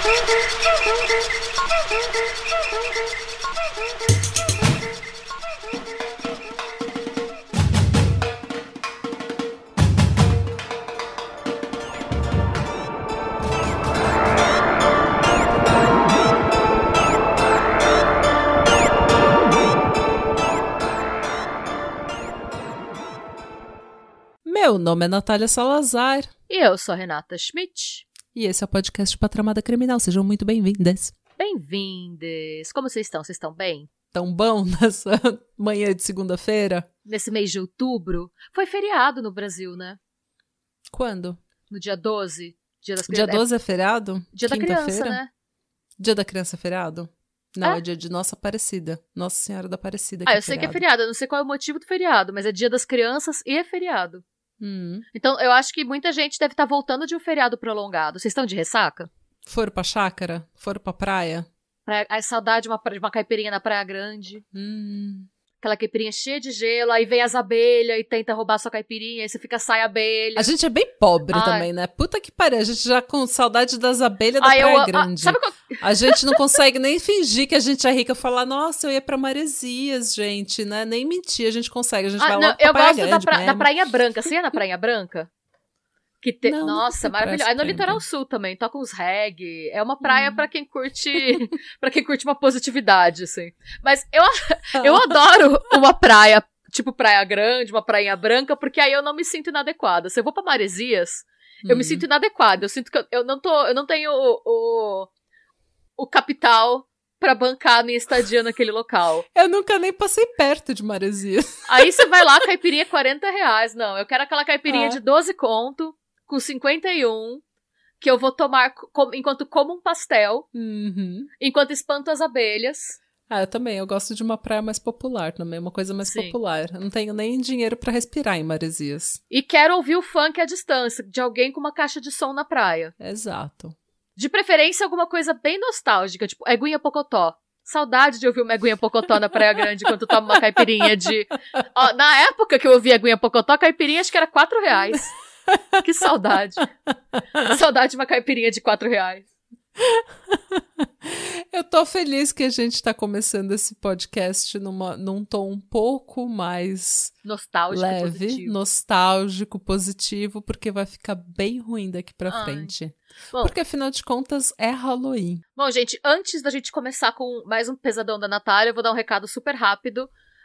Meu nome é Natália Salazar. E eu sou a Renata Schmidt. E esse é o podcast Patramada Criminal. Sejam muito bem-vindas. Bem-vindas. Como vocês estão? Vocês estão bem? Tão bom nessa manhã de segunda-feira? Nesse mês de outubro. Foi feriado no Brasil, né? Quando? No dia 12. Dia das Dia 12 é feriado? Dia da criança, né? Dia da criança é feriado? Não, é dia de Nossa Aparecida. Nossa Senhora da Aparecida. Eu sei que é feriado. Eu não sei qual é o motivo do feriado, mas é dia das crianças e é feriado. Então, eu acho que muita gente deve estar voltando de um feriado prolongado. Vocês estão de ressaca? Foram pra chácara? Foram pra praia? A saudade de uma caipirinha na Praia Grande. Aquela caipirinha cheia de gelo, aí vem as abelhas e tenta roubar sua caipirinha, aí você sai abelha. A gente é bem pobre também, né? Puta que pariu, a gente já com saudade das abelhas da Praia Grande. Sabe qual... A gente não consegue nem fingir que a gente é rica, falar, nossa, eu ia pra Maresias, gente, né? Nem mentir, a gente consegue, a gente vai lá pra Praia Grande. Eu gosto da Prainha Branca, você ia na Prainha Branca? Não, nossa, maravilhoso. É no Litoral Sul também, toca uns reggae. É uma praia pra quem curte para quem curte uma positividade, assim. Mas eu adoro uma praia, tipo Praia Grande, uma Prainha Branca, porque aí eu não me sinto inadequada. Se eu vou pra Maresias, eu me sinto inadequada. Eu sinto que eu não tenho o capital pra bancar a minha estadia naquele local. Eu nunca nem passei perto de Maresias. Aí você vai lá, caipirinha R$40. Não, eu quero aquela caipirinha de 12 conto, com 51, que eu vou tomar enquanto como um pastel, enquanto espanto as abelhas. Eu também, eu gosto de uma praia mais popular também, uma coisa mais popular. Eu não tenho nem dinheiro pra respirar em Maresias. E quero ouvir o funk à distância, de alguém com uma caixa de som na praia. Exato. De preferência, alguma coisa bem nostálgica, tipo Eguinha Pocotó. Saudade de ouvir uma Eguinha Pocotó na Praia Grande enquanto toma uma caipirinha de... na época que eu ouvi Eguinha Pocotó, a caipirinha acho que era R$4. Que saudade. Saudade de uma caipirinha de R$4. Eu tô feliz que a gente tá começando esse podcast num tom um pouco mais nostálgico, leve, positivo. Nostálgico, positivo, porque vai ficar bem ruim daqui pra frente. Bom, porque afinal de contas é Halloween. Bom, gente, antes da gente começar com mais um pesadão da Natália, eu vou dar um recado super rápido.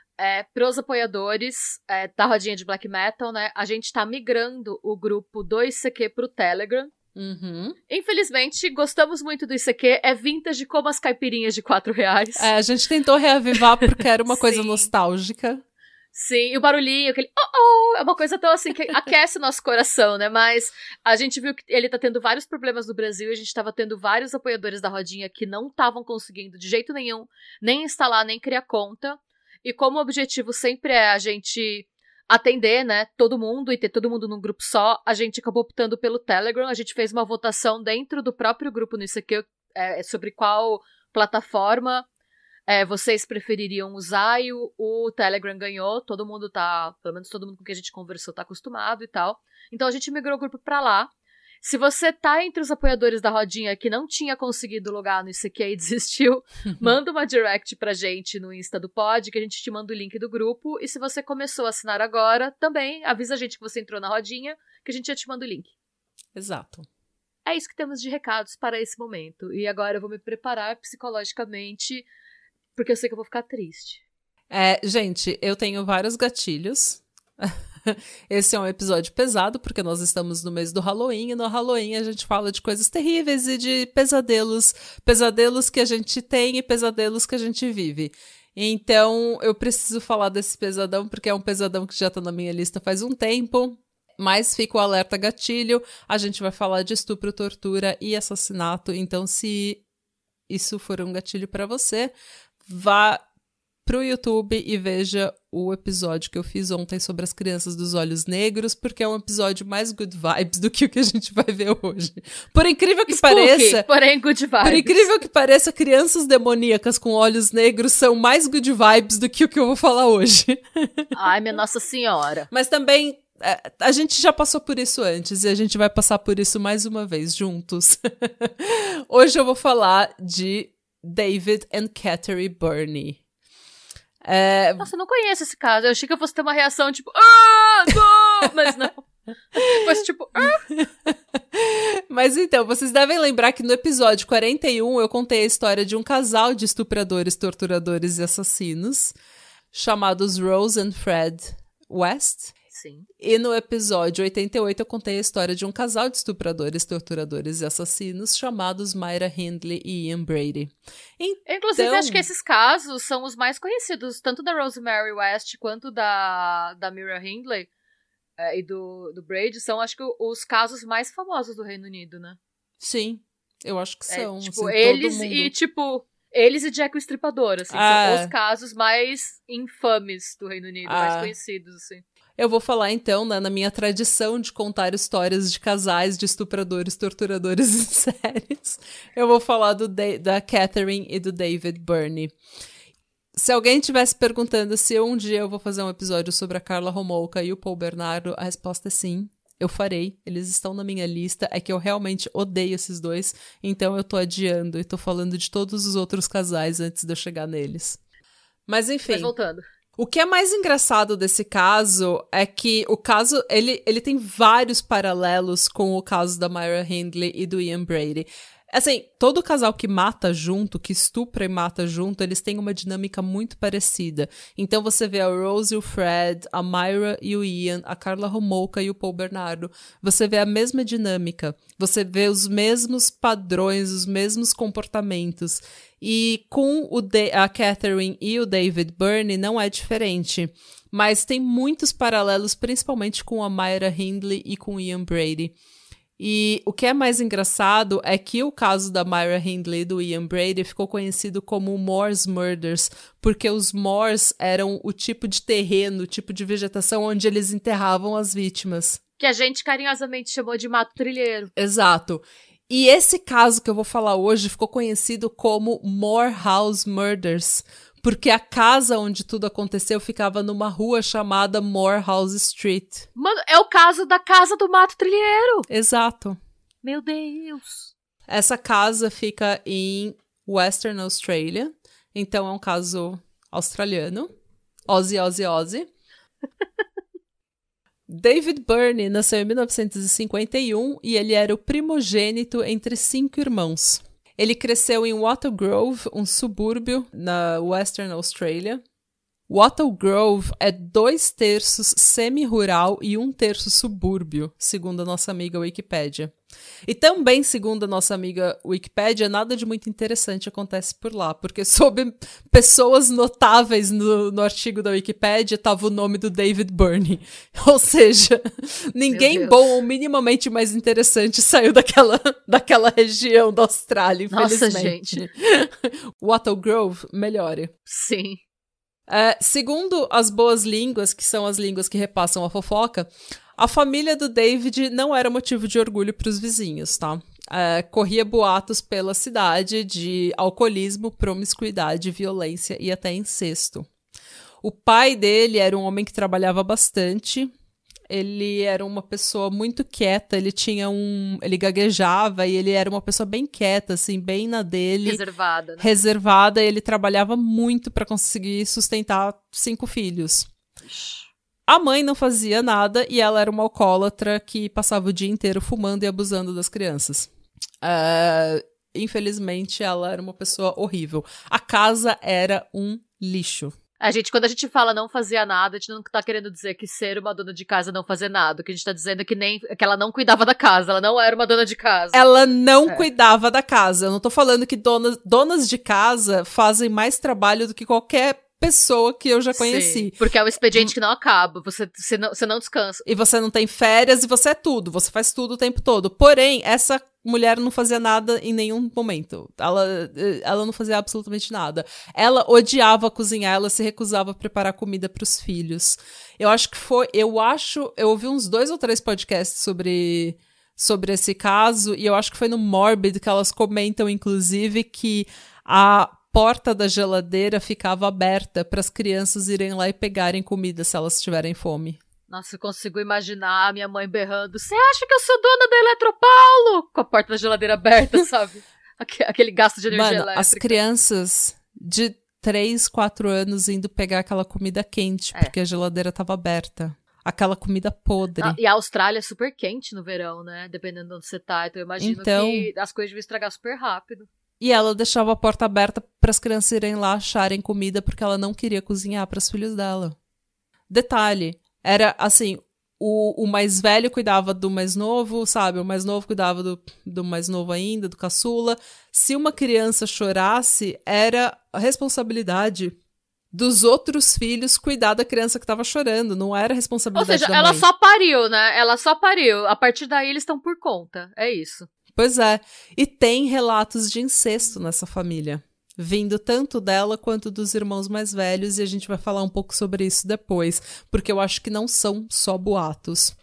Pros apoiadores da rodinha de Black Metal, né? A gente tá migrando o grupo do ICQ pro Telegram. Infelizmente, gostamos muito do ICQ. É vintage como as caipirinhas de R$4. A gente tentou reavivar porque era uma coisa nostálgica. Sim, e o barulhinho, aquele é uma coisa tão assim que aquece o nosso coração, né? Mas a gente viu que ele tá tendo vários problemas no Brasil, a gente tava tendo vários apoiadores da rodinha que não estavam conseguindo de jeito nenhum nem instalar, nem criar conta. E como o objetivo sempre é a gente atender, né, todo mundo e ter todo mundo num grupo só, a gente acabou optando pelo Telegram. A gente fez uma votação dentro do próprio grupo no ICQ sobre qual plataforma vocês prefeririam usar, e o Telegram ganhou. Todo mundo pelo menos todo mundo com quem a gente conversou tá acostumado e tal. Então a gente migrou o grupo pra lá. Se você tá entre os apoiadores da rodinha que não tinha conseguido logar no ICQ e desistiu, manda uma direct pra gente no Insta do pod, que a gente te manda o link do grupo. E se você começou a assinar agora, também avisa a gente que você entrou na rodinha, que a gente já te manda o link. Exato. É isso que temos de recados para esse momento. E agora eu vou me preparar psicologicamente, porque eu sei que eu vou ficar triste. Gente, eu tenho vários gatilhos. Esse é um episódio pesado, porque nós estamos no mês do Halloween, e no Halloween a gente fala de coisas terríveis e de pesadelos que a gente tem e pesadelos que a gente vive. Então, eu preciso falar desse pesadão, porque é um pesadão que já tá na minha lista faz um tempo, mas fica o alerta gatilho. A gente vai falar de estupro, tortura e assassinato, então se isso for um gatilho pra você, vá pro YouTube e veja o episódio que eu fiz ontem sobre as crianças dos olhos negros, porque é um episódio mais good vibes do que o que a gente vai ver hoje. Por incrível que pareça... porém good vibes. Por incrível que pareça, crianças demoníacas com olhos negros são mais good vibes do que o que eu vou falar hoje. Ai, minha Nossa Senhora. Mas também A gente já passou por isso antes e a gente vai passar por isso mais uma vez juntos. Hoje eu vou falar de David and Katherine Byrne. Nossa, eu não conheço esse caso. Eu achei que eu fosse ter uma reação tipo, não! Mas não. Foi tipo, Mas então, vocês devem lembrar que no episódio 41 eu contei a história de um casal de estupradores, torturadores e assassinos, chamados Rose and Fred West. Sim. E no episódio 88 eu contei a história de um casal de estupradores, torturadores e assassinos chamados Myra Hindley e Ian Brady. Então... Inclusive, acho que esses casos são os mais conhecidos, tanto da Rosemary West quanto da Myra Hindley e do Brady, são, acho que, os casos mais famosos do Reino Unido, né? Sim, eu acho que são. Tipo, assim, eles todo mundo... e, tipo... Eles e Jack o Estripador, assim, são os casos mais infames do Reino Unido, mais conhecidos, assim. Eu vou falar, então, né, na minha tradição de contar histórias de casais de estupradores, torturadores em séries, eu vou falar da Katherine e do David Byrne. Se alguém estivesse perguntando se um dia eu vou fazer um episódio sobre a Karla Homolka e o Paul Bernardo, a resposta é sim. Eu farei, eles estão na minha lista, é que eu realmente odeio esses dois, então eu tô adiando e tô falando de todos os outros casais antes de eu chegar neles. Mas enfim... Mas voltando. O que é mais engraçado desse caso é que o caso, ele tem vários paralelos com o caso da Myra Hindley e do Ian Brady. Assim, todo casal que mata junto, que estupra e mata junto, eles têm uma dinâmica muito parecida. Então você vê a Rose e o Fred, a Myra e o Ian, a Karla Homolka e o Paul Bernardo. Você vê a mesma dinâmica. Você vê os mesmos padrões, os mesmos comportamentos. E com a Katherine e o David Byrne não é diferente. Mas tem muitos paralelos, principalmente com a Myra Hindley e com o Ian Brady. E o que é mais engraçado é que o caso da Myra Hindley e do Ian Brady ficou conhecido como Moors Murders, porque os moors eram o tipo de terreno, o tipo de vegetação onde eles enterravam as vítimas. Que a gente carinhosamente chamou de mato trilheiro. Exato. E esse caso que eu vou falar hoje ficou conhecido como Moorhouse Murders, porque a casa onde tudo aconteceu ficava numa rua chamada Moorhouse Street. Mano, é o caso da casa do mato trilheiro. Exato. Meu Deus. Essa casa fica em Western Australia, então é um caso australiano. Ozzy, Ozzy, Ozzy. David Byrne nasceu em 1951 e ele era o primogênito entre 5 irmãos. Ele cresceu em Wattle Grove, um subúrbio na Western Australia. Wattle Grove é 2/3 semi-rural e 1/3 subúrbio, segundo a nossa amiga Wikipédia. E também, segundo a nossa amiga Wikipédia, nada de muito interessante acontece por lá, porque sob pessoas notáveis no artigo da Wikipédia estava o nome do David Byrne. Ou seja, ninguém bom ou minimamente mais interessante saiu daquela região da Austrália, infelizmente. Nossa, gente. Wattle Grove, melhore. Sim. Segundo as boas línguas, que são as línguas que repassam a fofoca, a família do David não era motivo de orgulho para os vizinhos, tá? Corria boatos pela cidade de alcoolismo, promiscuidade, violência e até incesto. O pai dele era um homem que trabalhava bastante. Ele era uma pessoa muito quieta, ele gaguejava e ele era uma pessoa bem quieta, assim, bem na dele. Reservada, né? Reservada, e ele trabalhava muito para conseguir sustentar 5 filhos. A mãe não fazia nada e ela era uma alcoólatra que passava o dia inteiro fumando e abusando das crianças. Infelizmente, ela era uma pessoa horrível. A casa era um lixo. Quando a gente fala não fazia nada, a gente não tá querendo dizer que ser uma dona de casa não fazer nada. O que a gente tá dizendo é que ela não cuidava da casa, ela não era uma dona de casa. Ela não cuidava da casa. Eu não tô falando que donas de casa fazem mais trabalho do que qualquer pessoa que eu já conheci. Sim, porque é um expediente que não acaba, você não descansa. E você não tem férias e você é tudo, você faz tudo o tempo todo. Porém, essa mulher não fazia nada em nenhum momento. Ela não fazia absolutamente nada. Ela odiava cozinhar, ela se recusava a preparar comida para os filhos. Eu ouvi uns 2 ou 3 podcasts sobre esse caso, e eu acho que foi no Morbid que elas comentam, inclusive, que a porta da geladeira ficava aberta para as crianças irem lá e pegarem comida se elas tiverem fome. Nossa, eu consigo imaginar a minha mãe berrando: você acha que eu sou dona da Eletropaulo? Com a porta da geladeira aberta, sabe? Aquele gasto de energia elétrica. As crianças de 3, 4 anos indo pegar aquela comida quente, porque a geladeira tava aberta. Aquela comida podre. E a Austrália é super quente no verão, né? Dependendo de onde você tá. Então eu imagino que as coisas deviam estragar super rápido. E ela deixava a porta aberta para as crianças irem lá acharem comida porque ela não queria cozinhar para os filhos dela. Detalhe, era assim, o mais velho cuidava do mais novo, sabe? O mais novo cuidava do mais novo ainda, do caçula. Se uma criança chorasse, era a responsabilidade dos outros filhos cuidar da criança que estava chorando. Não era responsabilidade da mãe. Ela só pariu, né? Ela só pariu. A partir daí eles estão por conta. É isso. Pois é. E tem relatos de incesto nessa família, vindo tanto dela quanto dos irmãos mais velhos, e a gente vai falar um pouco sobre isso depois, porque eu acho que não são só boatos.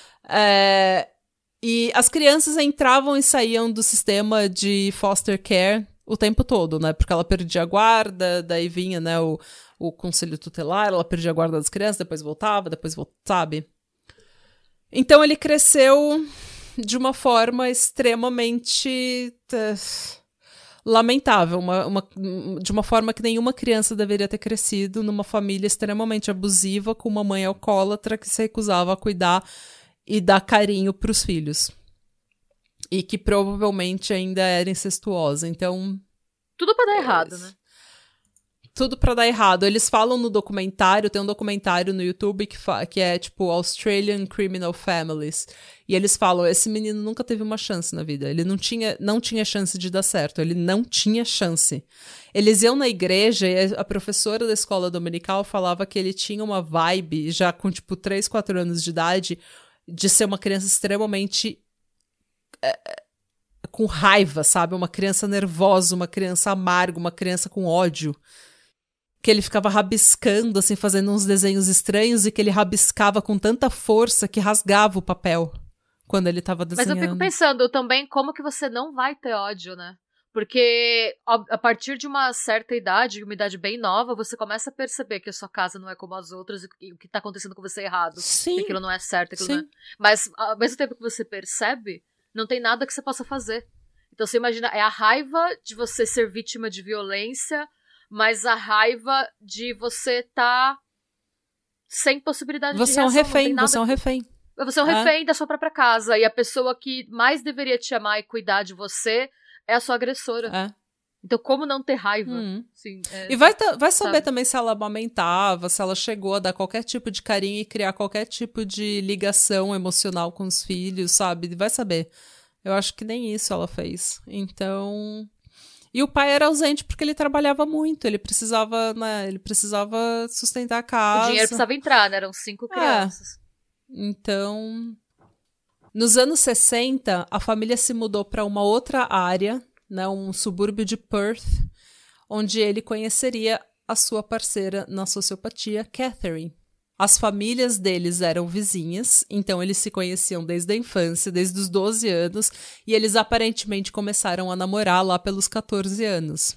E as crianças entravam e saíam do sistema de foster care o tempo todo, né? Porque ela perdia a guarda, daí vinha, né, o conselho tutelar, ela perdia a guarda das crianças, depois voltava, sabe? Então ele cresceu de uma forma extremamente lamentável, de uma forma que nenhuma criança deveria ter crescido, numa família extremamente abusiva, com uma mãe alcoólatra que se recusava a cuidar e dar carinho para os filhos. E que provavelmente ainda era incestuosa, então... Tudo pra dar errado, né? Tudo pra dar errado. Eles falam no documentário, tem um documentário no YouTube que é tipo Australian Criminal Families. E eles falam, esse menino nunca teve uma chance na vida. Ele não tinha chance de dar certo. Ele não tinha chance. Eles iam na igreja e a professora da escola dominical falava que ele tinha uma vibe, já com tipo 3, 4 anos de idade, de ser uma criança extremamente... com raiva, sabe? Uma criança nervosa, uma criança amarga, uma criança com ódio. Que ele ficava rabiscando, assim, fazendo uns desenhos estranhos e que ele rabiscava com tanta força que rasgava o papel quando ele tava desenhando. Mas eu fico pensando também como que você não vai ter ódio, né? Porque a partir de uma certa idade, uma idade bem nova, você começa a perceber que a sua casa não é como as outras e o que tá acontecendo com você é errado. Sim. Que aquilo não é certo, aquilo Sim. não é... Mas ao mesmo tempo que você percebe, não tem nada que você possa fazer. Então você imagina, é a raiva de você ser vítima de violência, mas a raiva de você tá sem possibilidade de reação. Você é um refém. Você é um refém da sua própria casa. E a pessoa que mais deveria te amar e cuidar de você é a sua agressora. Então como não ter raiva? Sim, e vai saber também se ela amamentava, se ela chegou a dar qualquer tipo de carinho e criar qualquer tipo de ligação emocional com os filhos, sabe? Vai saber. Eu acho que nem isso ela fez. Então... E o pai era ausente porque ele trabalhava muito, ele precisava, né, sustentar a casa. O dinheiro precisava entrar, né? Eram 5 crianças. Então, nos anos 60, a família se mudou para uma outra área, né, um subúrbio de Perth, onde ele conheceria a sua parceira na sociopatia, Catherine. As famílias deles eram vizinhas, então eles se conheciam desde a infância, desde os 12 anos, e eles aparentemente começaram a namorar lá pelos 14 anos.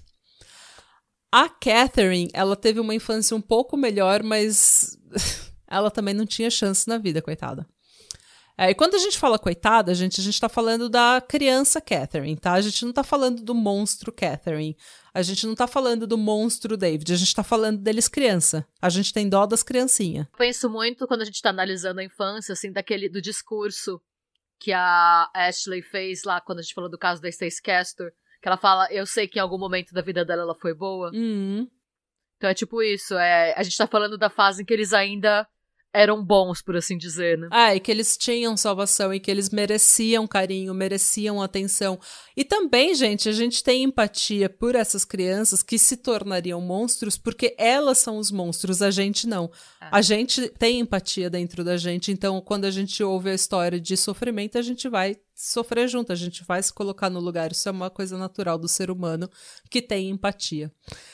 A Catherine, ela teve uma infância um pouco melhor, mas ela também não tinha chance na vida, coitada. E quando a gente fala coitada, a gente tá falando da criança Catherine, tá? A gente não tá falando do monstro Catherine. A gente não tá falando do monstro David. A gente tá falando deles criança. A gente tem dó das criancinhas. Penso muito quando a gente tá analisando a infância, assim, do discurso que a Ashley fez lá, quando a gente falou do caso da Stacey Castor, que ela fala, eu sei que em algum momento da vida dela ela foi boa. Então é tipo isso, a gente tá falando da fase em que eles ainda eram bons, por assim dizer, né? E que eles tinham salvação e que eles mereciam carinho, mereciam atenção. E também, gente, a gente tem empatia por essas crianças que se tornariam monstros porque elas são os monstros, a gente não. A gente tem empatia dentro da gente, então quando a gente ouve a história de sofrimento, a gente vai sofrer junto, a gente vai se colocar no lugar. Isso é uma coisa natural do ser humano que tem empatia.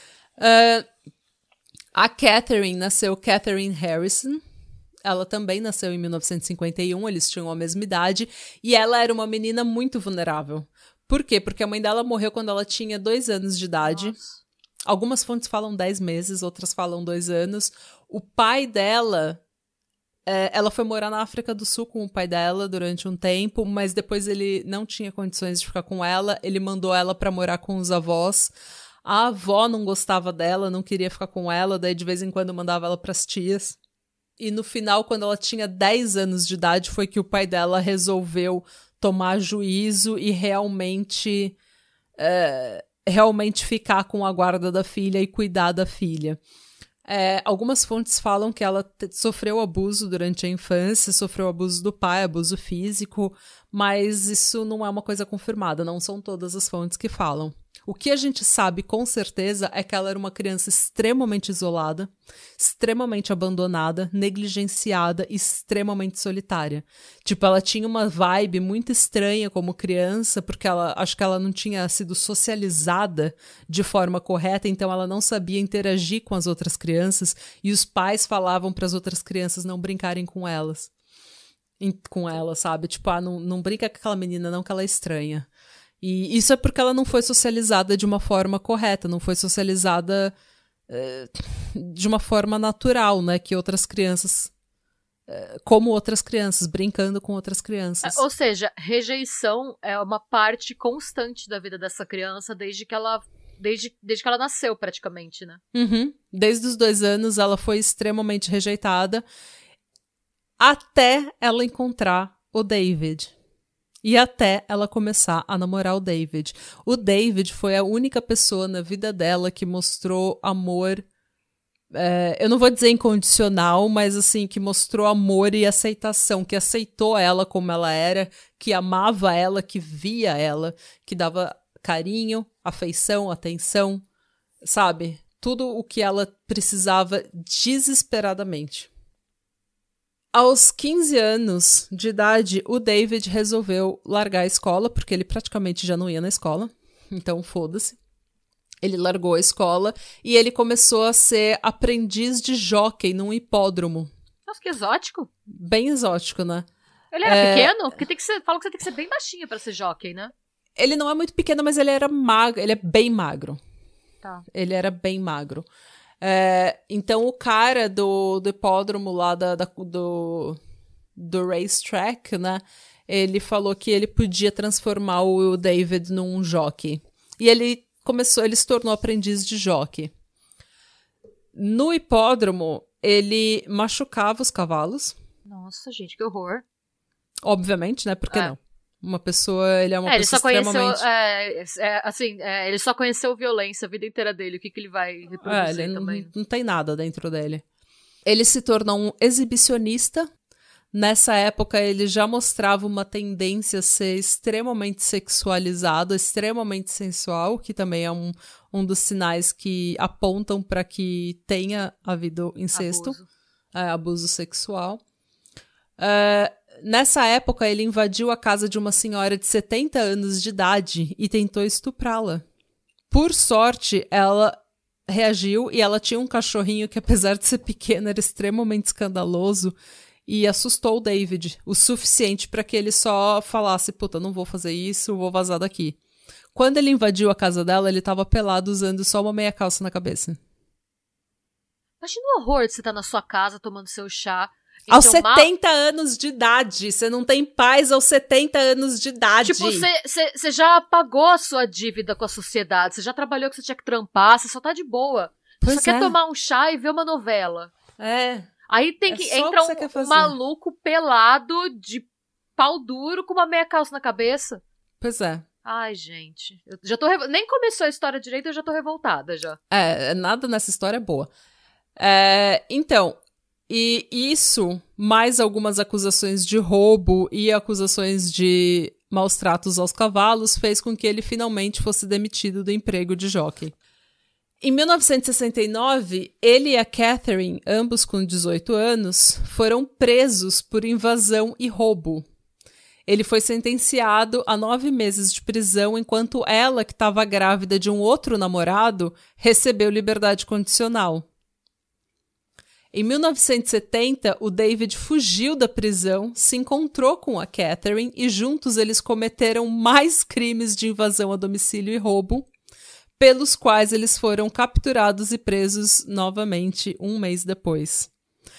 A Catherine nasceu Catherine Harrison. Ela também nasceu em 1951, eles tinham a mesma idade, e ela era uma menina muito vulnerável. Por quê? Porque a mãe dela morreu quando ela tinha 2 anos de idade. Nossa. Algumas fontes falam 10 meses, outras falam 2 anos. O pai dela Ela foi morar na África do Sul com o pai dela durante um tempo, mas depois ele não tinha condições de ficar com ela, ele mandou ela pra morar com os avós. A avó não gostava dela, não queria ficar com ela, daí de vez em quando mandava ela pras tias. E no final, quando ela tinha 10 anos de idade, foi que o pai dela resolveu tomar juízo e realmente ficar com a guarda da filha e cuidar da filha. Algumas fontes falam que ela sofreu abuso durante a infância, sofreu abuso do pai, abuso físico, mas isso não é uma coisa confirmada, não são todas as fontes que falam. O que a gente sabe com certeza é que ela era uma criança extremamente isolada, extremamente abandonada, negligenciada e extremamente solitária. Tipo, ela tinha uma vibe muito estranha como criança, porque acho que ela não tinha sido socializada de forma correta, então ela não sabia interagir com as outras crianças, e os pais falavam para as outras crianças não brincarem com ela, sabe? Tipo, não brinca com aquela menina não, que ela é estranha. E isso é porque ela não foi socializada de uma forma correta, não foi socializada de uma forma natural, né? Que outras crianças, como outras crianças, brincando com outras crianças. Ou seja, rejeição é uma parte constante da vida dessa criança desde que ela nasceu, praticamente, né? Uhum. Desde os 2 anos ela foi extremamente rejeitada até ela encontrar o David. E até ela começar a namorar o David. O David foi a única pessoa na vida dela que mostrou amor, eu não vou dizer incondicional, mas assim, que mostrou amor e aceitação, que aceitou ela como ela era, que amava ela, que via ela, que dava carinho, afeição, atenção, sabe? Tudo o que ela precisava desesperadamente. Aos 15 anos de idade, o David resolveu largar a escola, porque ele praticamente já não ia na escola, então foda-se. Ele largou a escola e ele começou a ser aprendiz de hóquei num hipódromo. Nossa, que exótico. Bem exótico, né? Ele era pequeno? Porque fala que você tem que ser bem baixinha pra ser hóquei, né? Ele não é muito pequeno, mas ele era magro, ele é bem magro. Tá. Ele era bem magro. Então o cara do hipódromo lá do racetrack, né? Ele falou que ele podia transformar o David num jockey. E ele se tornou aprendiz de jockey. No hipódromo, ele machucava os cavalos. Nossa, gente, que horror. Obviamente, né? Por que não? Uma pessoa, ele é uma pessoa extremamente... ele só conheceu violência a vida inteira dele. O que ele vai reproduzir ele também? Não tem nada dentro dele. Ele se tornou um exibicionista. Nessa época, ele já mostrava uma tendência a ser extremamente sexualizado, extremamente sensual, que também é um dos sinais que apontam para que tenha havido incesto, abuso sexual. Nessa época, ele invadiu a casa de uma senhora de 70 anos de idade e tentou estuprá-la. Por sorte, ela reagiu e ela tinha um cachorrinho que, apesar de ser pequeno, era extremamente escandaloso e assustou o David o suficiente para que ele só falasse: puta, não vou fazer isso, vou vazar daqui. Quando ele invadiu a casa dela, ele tava pelado usando só uma meia calça na cabeça. Imagina o horror de você estar na sua casa tomando seu chá. Aos 70 anos de idade. Você não tem paz aos 70 anos de idade. Tipo, você já pagou a sua dívida com a sociedade. Você já trabalhou que você tinha que trampar. Você só tá de boa. Você só quer tomar um chá e ver uma novela. Aí entra um maluco pelado de pau duro com uma meia calça na cabeça. Pois é. Ai, gente. Eu já tô nem começou a história direito, eu já tô revoltada já. Nada nessa história é boa. Então... E isso, mais algumas acusações de roubo e acusações de maus tratos aos cavalos, fez com que ele finalmente fosse demitido do emprego de jockey. Em 1969, ele e a Catherine, ambos com 18 anos, foram presos por invasão e roubo. Ele foi sentenciado a 9 meses de prisão, enquanto ela, que estava grávida de um outro namorado, recebeu liberdade condicional. Em 1970, o David fugiu da prisão, se encontrou com a Catherine e juntos eles cometeram mais crimes de invasão a domicílio e roubo, pelos quais eles foram capturados e presos novamente 1 mês depois.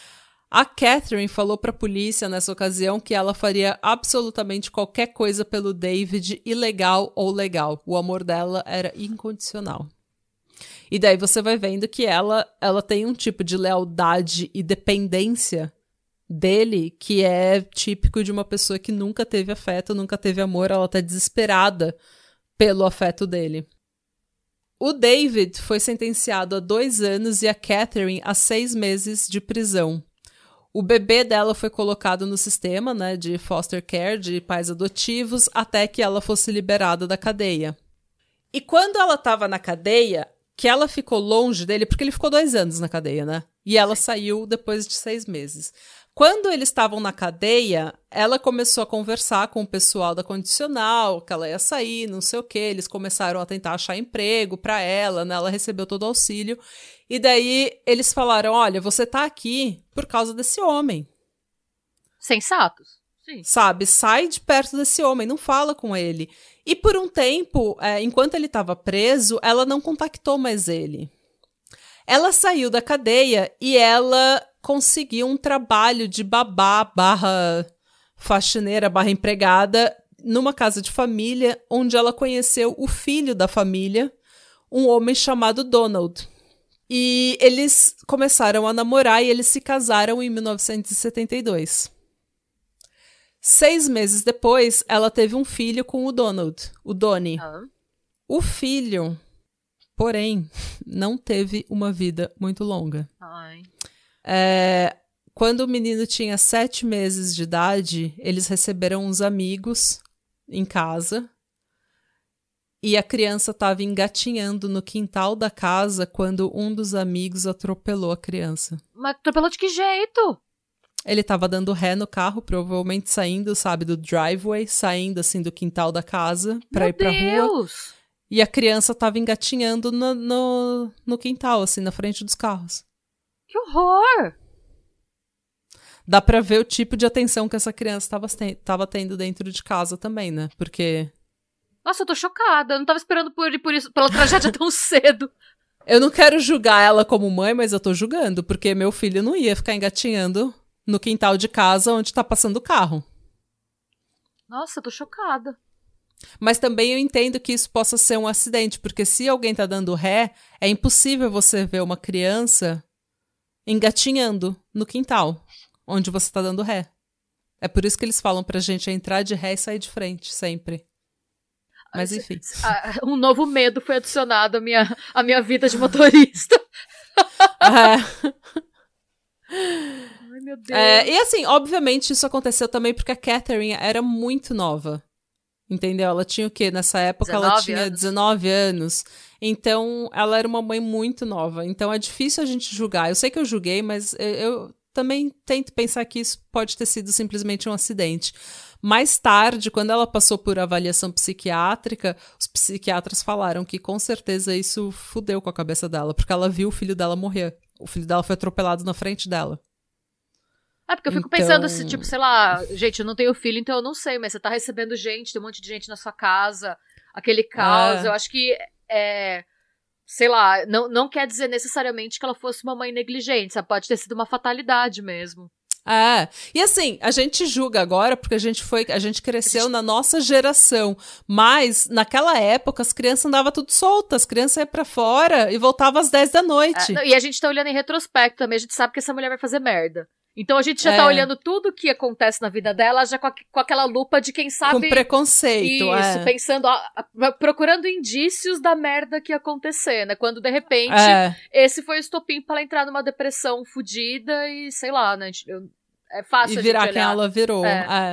A Catherine falou pra polícia nessa ocasião que ela faria absolutamente qualquer coisa pelo David, ilegal ou legal. O amor dela era incondicional. E daí você vai vendo que ela tem um tipo de lealdade e dependência dele que é típico de uma pessoa que nunca teve afeto, nunca teve amor, ela tá desesperada pelo afeto dele. O David foi sentenciado a 2 anos e a Catherine a 6 meses de prisão. O bebê dela foi colocado no sistema, né, de foster care, de pais adotivos, até que ela fosse liberada da cadeia. E quando ela estava na cadeia, que ela ficou longe dele, porque ele ficou 2 anos na cadeia, né? E ela saiu depois de 6 meses. Quando eles estavam na cadeia, ela começou a conversar com o pessoal da condicional, que ela ia sair, não sei o quê. Eles começaram a tentar achar emprego pra ela, né? Ela recebeu todo o auxílio. E daí eles falaram, olha, você tá aqui por causa desse homem. Sensatos. Sim. Sabe? Sai de perto desse homem, não fala com ele. E por um tempo, enquanto ele estava preso, ela não contactou mais ele. Ela saiu da cadeia e ela conseguiu um trabalho de babá barra faxineira barra empregada numa casa de família, onde ela conheceu o filho da família, um homem chamado Donald. E eles começaram a namorar e eles se casaram em 1972. 6 meses depois, ela teve um filho com o Donald, o Donnie. O filho, porém, não teve uma vida muito longa. Ai. Quando o menino tinha 7 meses de idade, eles receberam uns amigos em casa e a criança estava engatinhando no quintal da casa quando um dos amigos atropelou a criança. Mas atropelou de que jeito? Ele tava dando ré no carro, provavelmente saindo, sabe, do driveway, saindo, assim, do quintal da casa pra ir pra rua. E a criança tava engatinhando no quintal, assim, na frente dos carros. Que horror! Dá pra ver o tipo de atenção que essa criança tava tendo dentro de casa também, né? Porque... Nossa, eu tô chocada. Eu não tava esperando por isso, pela tragédia tão cedo. Eu não quero julgar ela como mãe, mas eu tô julgando, porque meu filho não ia ficar engatinhando no quintal de casa onde tá passando o carro. Nossa, eu tô chocada. Mas também eu entendo que isso possa ser um acidente, porque se alguém tá dando ré, é impossível você ver uma criança engatinhando no quintal, onde você tá dando ré. É por isso que eles falam pra gente entrar de ré e sair de frente, sempre. Mas enfim. Um novo medo foi adicionado à minha vida de motorista. Ai, meu Deus. E assim, obviamente isso aconteceu também porque a Catherine era muito nova. Entendeu? Ela tinha o quê? Nessa época ela tinha 19 anos. Então, ela era uma mãe muito nova. Então, é difícil a gente julgar. Eu sei que eu julguei, mas eu também tento pensar que isso pode ter sido simplesmente um acidente. Mais tarde, quando ela passou por avaliação psiquiátrica, os psiquiatras falaram que com certeza isso fudeu com a cabeça dela, porque ela viu o filho dela morrer. O filho dela foi atropelado na frente dela. Porque eu fico pensando se, tipo, sei lá, gente, eu não tenho filho, então eu não sei, mas você tá recebendo gente, tem um monte de gente na sua casa, aquele caos, eu acho que, sei lá, não quer dizer necessariamente que ela fosse uma mãe negligente, sabe? Pode ter sido uma fatalidade mesmo. E assim, a gente julga agora porque a gente cresceu na nossa geração, mas naquela época as crianças andavam tudo soltas, as crianças iam pra fora e voltavam às 10 da noite. E a gente tá olhando em retrospecto também, a gente sabe que essa mulher vai fazer merda. Então a gente já tá olhando tudo o que acontece na vida dela, já com aquela lupa de quem sabe... Com preconceito, Isso, pensando, procurando indícios da merda que ia acontecer, né? Quando, de repente, esse foi o estopim pra ela entrar numa depressão fodida e, sei lá, né? É fácil e virar a gente quem ela virou.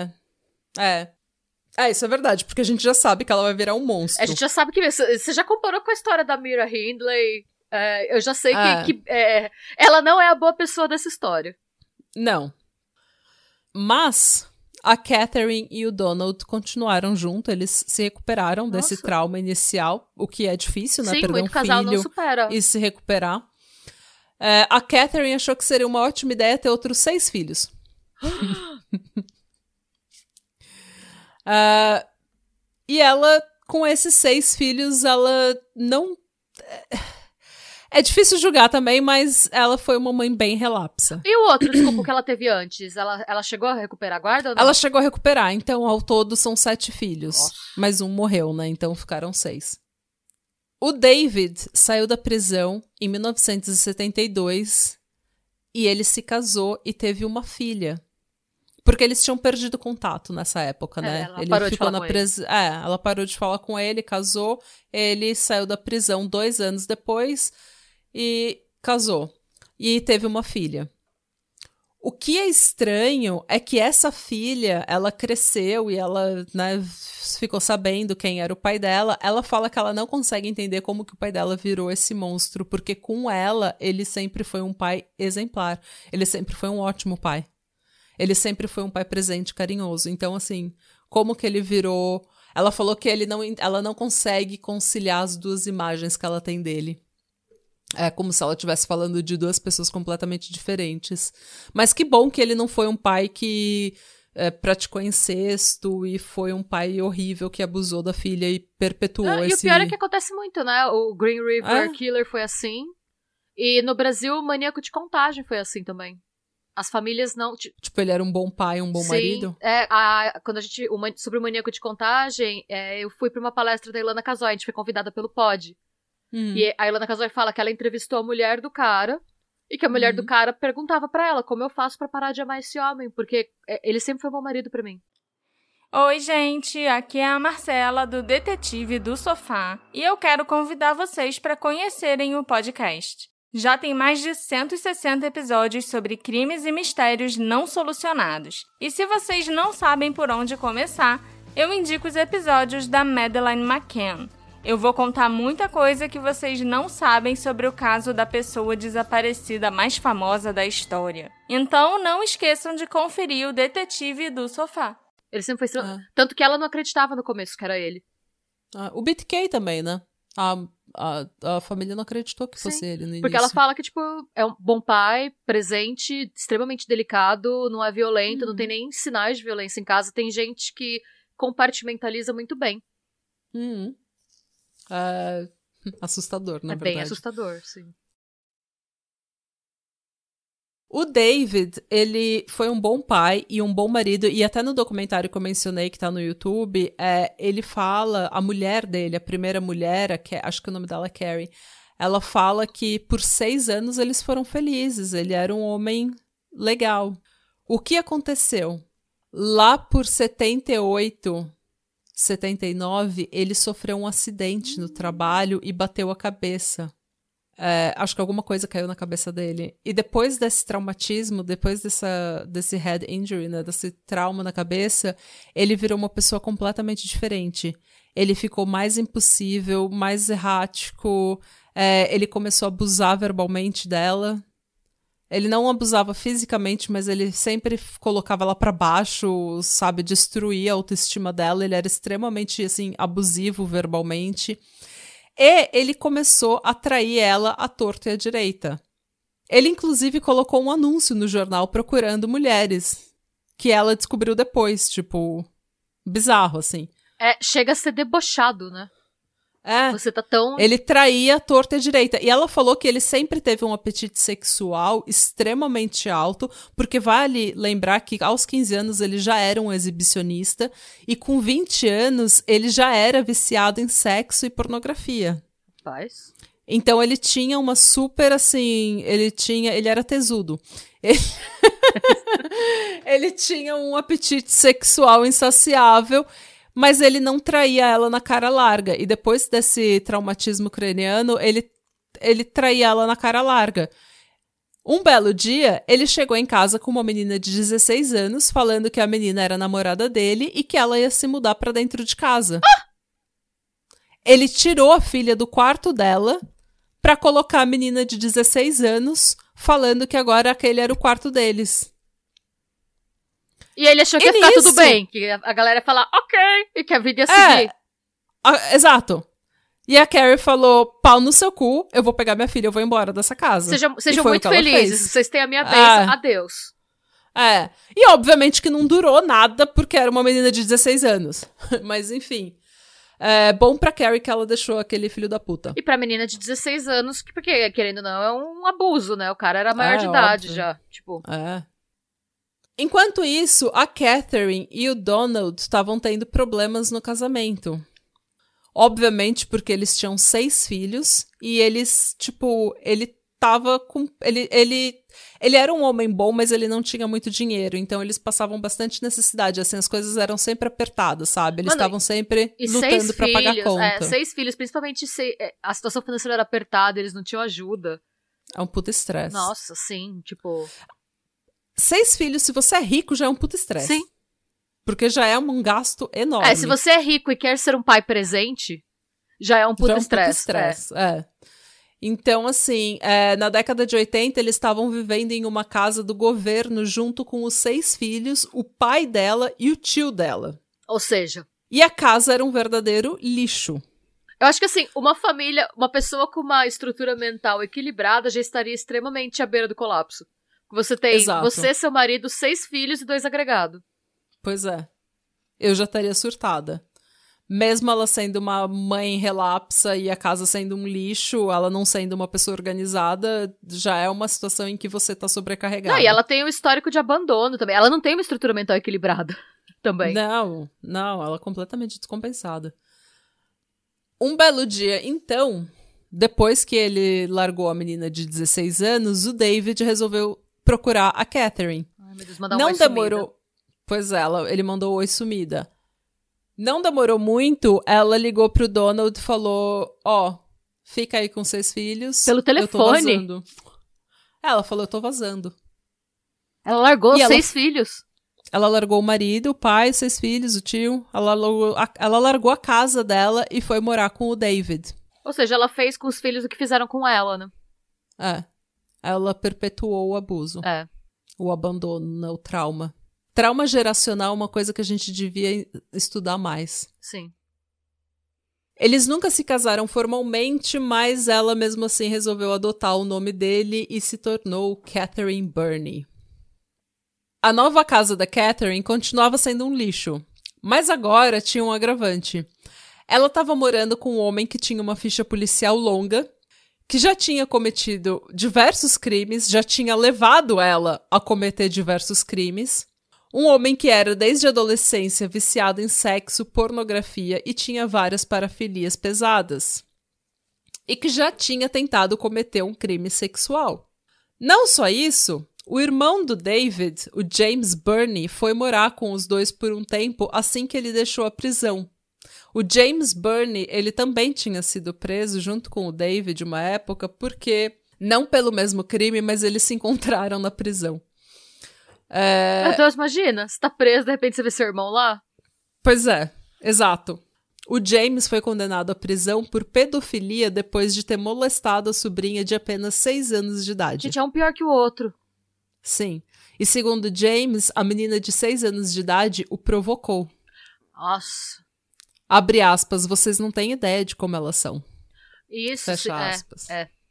Isso é verdade, porque a gente já sabe que ela vai virar um monstro. A gente já sabe que... Você já comparou com a história da Mira Hindley? Eu já sei que ela não é a boa pessoa dessa história. Não. Mas a Catherine e o Donald continuaram juntos, eles se recuperaram desse trauma inicial, o que é difícil, né? Sim, perder muito casal não supera. E se recuperar. A Catherine achou que seria uma ótima ideia ter outros 6 filhos. E ela, com esses 6 filhos, ela não... É difícil julgar também, mas ela foi uma mãe bem relapsa. E o outro, desculpa, o que ela teve antes? Ela chegou a recuperar a guarda ou não? Ela chegou a recuperar, então ao todo são 7 filhos. Nossa. Mas um morreu, né? Então ficaram 6. O David saiu da prisão em 1972 e ele se casou e teve uma filha. Porque eles tinham perdido contato nessa época, né? Ela Ele parou de ficou falar na com prisão. Ela parou de falar com ele, casou. Ele saiu da prisão 2 anos depois e casou. E teve uma filha. O que é estranho é que essa filha, ela cresceu e ela, né, ficou sabendo quem era o pai dela. Ela fala que ela não consegue entender como que o pai dela virou esse monstro, porque com ela, ele sempre foi um pai exemplar. Ele sempre foi um ótimo pai. Ele sempre foi um pai presente, carinhoso. Então, assim, como que ele virou... Ela falou que ela não consegue conciliar as duas imagens que ela tem dele. É como se ela estivesse falando de duas pessoas completamente diferentes. Mas que bom que ele não foi um pai que praticou incesto e foi um pai horrível que abusou da filha e perpetuou esse... E o pior é que acontece muito, né? O Green River Killer foi assim. E no Brasil, o Maníaco de Contagem foi assim também. As famílias não... Tipo, ele era um bom pai, um bom marido? Quando sobre o Maníaco de Contagem, eu fui pra uma palestra da Ilana Casoy, a gente foi convidada pelo Pod. E a Ilana Casoy fala que ela entrevistou a mulher do cara, e que a mulher do cara perguntava pra ela como eu faço pra parar de amar esse homem, porque ele sempre foi um bom marido pra mim. Oi, gente, aqui é a Marcela, do Detetive do Sofá, e eu quero convidar vocês para conhecerem o podcast. Já tem mais de 160 episódios sobre crimes e mistérios não solucionados. E se vocês não sabem por onde começar, eu indico os episódios da Madeleine McCann. Eu vou contar muita coisa que vocês não sabem sobre o caso da pessoa desaparecida mais famosa da história. Então, não esqueçam de conferir o Detetive do Sofá. Ele sempre foi... Tanto que ela não acreditava no começo que era ele. O BTK também, né? A família não acreditou que fosse ele no início. Porque ela fala que, tipo, é um bom pai, presente, extremamente delicado, não é violento, não tem nem sinais de violência em casa. Tem gente que compartimentaliza muito bem. Assustador, na verdade. É bem assustador, sim. O David, ele foi um bom pai e um bom marido, e até no documentário que eu mencionei, que tá no YouTube, ele fala, a mulher dele, a primeira mulher, acho que o nome dela é Carrie, ela fala que por 6 anos eles foram felizes, ele era um homem legal. O que aconteceu? Lá por 78, 79, ele sofreu um acidente no trabalho e bateu a cabeça. Acho que alguma coisa caiu na cabeça dele. E depois desse traumatismo, depois desse head injury, né, desse trauma na cabeça, ele virou uma pessoa completamente diferente. Ele ficou mais impossível, mais errático, ele começou a abusar verbalmente dela. Ele não abusava fisicamente, mas ele sempre colocava ela pra baixo, sabe, destruía a autoestima dela. Ele era extremamente, assim, abusivo verbalmente. E ele começou a trair ela à torta e à direita. Ele, inclusive, colocou um anúncio no jornal procurando mulheres, que ela descobriu depois, tipo, bizarro, assim. Chega a ser debochado, né? Você tá tão... Ele traía à torta e à direita. E ela falou que ele sempre teve um apetite sexual extremamente alto, porque vale lembrar que aos 15 anos ele já era um exibicionista, e com 20 anos ele já era viciado em sexo e pornografia. Rapaz. Então ele tinha uma super, assim, ele era tesudo. Ele tinha um apetite sexual insaciável, mas ele não traía ela na cara larga. E depois desse traumatismo craniano, ele traía ela na cara larga. Um belo dia, ele chegou em casa com uma menina de 16 anos, falando que a menina era namorada dele e que ela ia se mudar pra dentro de casa. Ele tirou a filha do quarto dela pra colocar a menina de 16 anos, falando que agora aquele era o quarto deles. E ele achou que ia ficar tudo bem, que a galera ia falar, ok, e que a vida ia seguir. Exato. E a Carrie falou, pau no seu cu, eu vou pegar minha filha, eu vou embora dessa casa. Sejam muito felizes, vocês têm a minha bênção, adeus. E obviamente que não durou nada, porque era uma menina de 16 anos. Mas enfim. É bom pra Carrie que ela deixou aquele filho da puta. E pra menina de 16 anos, porque, querendo ou não, é um abuso, né? O cara era maior de idade óbvio. já, tipo... É. Enquanto isso, a Catherine e o Donald estavam tendo problemas no casamento. Obviamente porque eles tinham 6 filhos e eles, tipo, ele tava com... Ele era um homem bom, mas ele não tinha muito dinheiro, então eles passavam bastante necessidade, assim, as coisas eram sempre apertadas, sabe? Eles estavam sempre lutando pra pagar conta. 6 filhos, principalmente a situação financeira era apertada, eles não tinham ajuda. É um puta estresse. Nossa, sim, tipo... 6 filhos, se você é rico, já é um puta estresse. Sim. Porque já é um gasto enorme. Se você é rico e quer ser um pai presente, já é um puta estresse. Então, assim, na década de 80, eles estavam vivendo em uma casa do governo junto com os 6 filhos, o pai dela e o tio dela. Ou seja... E a casa era um verdadeiro lixo. Eu acho que, assim, uma família, uma pessoa com uma estrutura mental equilibrada já estaria extremamente à beira do colapso. Você tem você, seu marido, 6 filhos e 2 agregados. Pois é. Eu já estaria surtada. Mesmo ela sendo uma mãe relapsa e a casa sendo um lixo, ela não sendo uma pessoa organizada, já é uma situação em que você tá sobrecarregada. Não, e ela tem um histórico de abandono também. Ela não tem uma estrutura mental equilibrada também. Não, ela é completamente descompensada. Um belo dia, então, depois que ele largou a menina de 16 anos, o David resolveu procurar a Catherine. Ai, meu Deus, mandar não oi demorou. Sumida. Pois é, ele mandou oi sumida. Não demorou muito, ela ligou pro Donald e falou, fica aí com 6 filhos. Pelo telefone? Eu tô vazando. Ela falou, eu tô vazando. Ela largou 6 filhos. Ela largou o marido, o pai, 6 filhos, o tio. Ela largou a casa dela e foi morar com o David. Ou seja, ela fez com os filhos o que fizeram com ela, né? Ela perpetuou o abuso. O abandono, o trauma. Trauma geracional é uma coisa que a gente devia estudar mais. Sim. Eles nunca se casaram formalmente, mas ela mesmo assim resolveu adotar o nome dele e se tornou Catherine Burney. A nova casa da Catherine continuava sendo um lixo, mas agora tinha um agravante. Ela estava morando com um homem que tinha uma ficha policial longa, que já tinha cometido diversos crimes, já tinha levado ela a cometer diversos crimes. Um homem que era, desde a adolescência, viciado em sexo, pornografia e tinha várias parafilias pesadas. E que já tinha tentado cometer um crime sexual. Não só isso, o irmão do David, o James Burney, foi morar com os dois por um tempo assim que ele deixou a prisão. O James Burney, ele também tinha sido preso junto com o David uma época porque, não pelo mesmo crime, mas eles se encontraram na prisão. Meu Deus, imagina, você tá preso, de repente você vê seu irmão lá? Pois é, exato. O James foi condenado à prisão por pedofilia depois de ter molestado a sobrinha de apenas 6 anos de idade. Gente, é um pior que o outro. Sim. E segundo James, a menina de 6 anos de idade o provocou. Nossa. Abre aspas, vocês não têm ideia de como elas são. Isso, fecha aspas.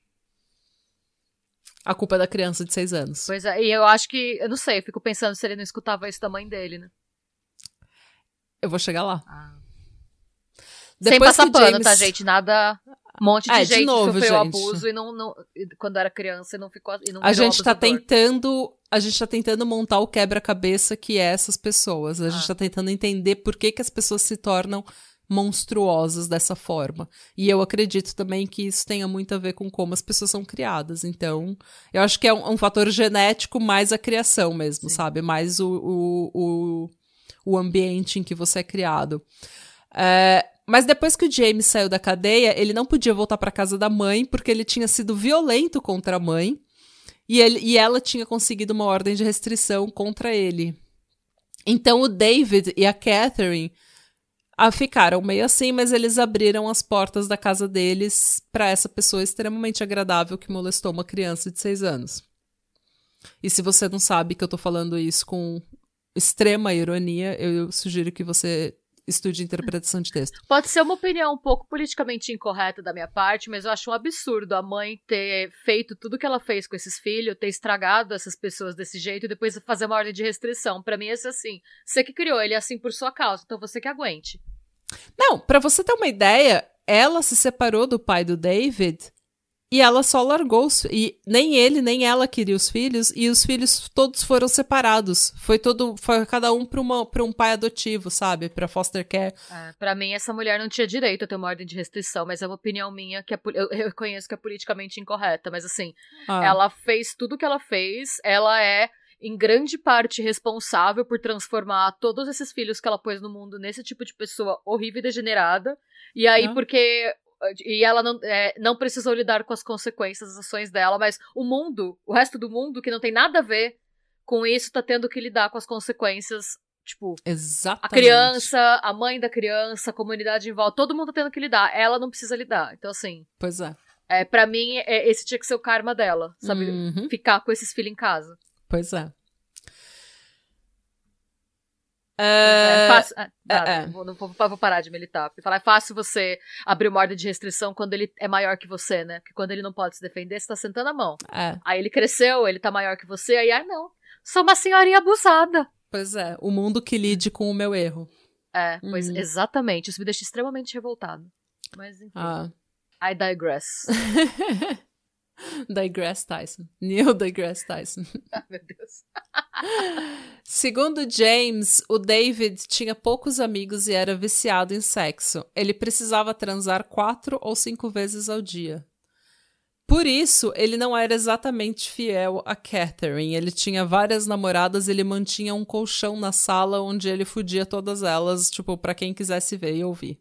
A culpa é da criança de 6 anos. Pois é, e eu acho que, eu não sei, eu fico pensando se ele não escutava isso da mãe dele, né? Eu vou chegar lá. Sem passar pano, tá, gente? Nada... Um monte de gente de novo, sofreu gente. abuso e não quando era criança e não ficou... E não a gente tá tentando montar o quebra-cabeça que é essas pessoas. A gente tá tentando entender por que as pessoas se tornam monstruosas dessa forma. E eu acredito também que isso tenha muito a ver com como as pessoas são criadas. Então, eu acho que é um fator genético mais a criação mesmo, sabe? Mais o ambiente em que você é criado. Mas depois que o James saiu da cadeia, ele não podia voltar para casa da mãe porque ele tinha sido violento contra a mãe e ela tinha conseguido uma ordem de restrição contra ele. Então o David e a Catherine ficaram meio assim, mas eles abriram as portas da casa deles para essa pessoa extremamente agradável que molestou uma criança de 6 anos. E se você não sabe que eu tô falando isso com extrema ironia, eu sugiro que você estude interpretação de texto. Pode ser uma opinião um pouco politicamente incorreta da minha parte, mas eu acho um absurdo a mãe ter feito tudo que ela fez com esses filhos, ter estragado essas pessoas desse jeito e depois fazer uma ordem de restrição. Pra mim, é assim, você que criou ele assim por sua causa, então você que aguente. Não, pra você ter uma ideia, ela se separou do pai do David e ela só largou e nem ele nem ela queria os filhos e os filhos todos foram separados. Foi cada um pra um pai adotivo, sabe? Pra foster care. Pra mim, essa mulher não tinha direito a ter uma ordem de restrição, mas é uma opinião minha que eu reconheço que é politicamente incorreta, mas assim, ela fez tudo o que ela fez, ela é em grande parte responsável por transformar todos esses filhos que ela pôs no mundo nesse tipo de pessoa horrível e degenerada. E aí, porque... E ela não precisou lidar com as consequências das ações dela, mas o resto do mundo, que não tem nada a ver com isso, tá tendo que lidar com as consequências, tipo... Exatamente. A criança, a mãe da criança, a comunidade em volta, todo mundo tá tendo que lidar. Ela não precisa lidar. Então, assim... Pois é. Pra mim, esse tinha que ser o karma dela, sabe? Ficar com esses filhos em casa. Pois é. É fácil. Vou parar de militar. Porque falar é fácil você abrir uma ordem de restrição quando ele é maior que você, né? Porque quando ele não pode se defender, você tá sentando a mão. Aí ele cresceu, ele tá maior que você, aí, não. Sou uma senhorinha abusada. Pois é, o mundo que lide com o meu erro. Pois exatamente. Isso me deixa extremamente revoltado. Mas enfim. I digress. Digress Tyson. Neil Degrasse Tyson. Meu Deus. Segundo James, o David tinha poucos amigos e era viciado em sexo. Ele precisava transar 4 ou 5 vezes ao dia. Por isso, ele não era exatamente fiel a Catherine. Ele tinha várias namoradas e ele mantinha um colchão na sala onde ele fudia todas elas, tipo, pra quem quisesse ver e ouvir.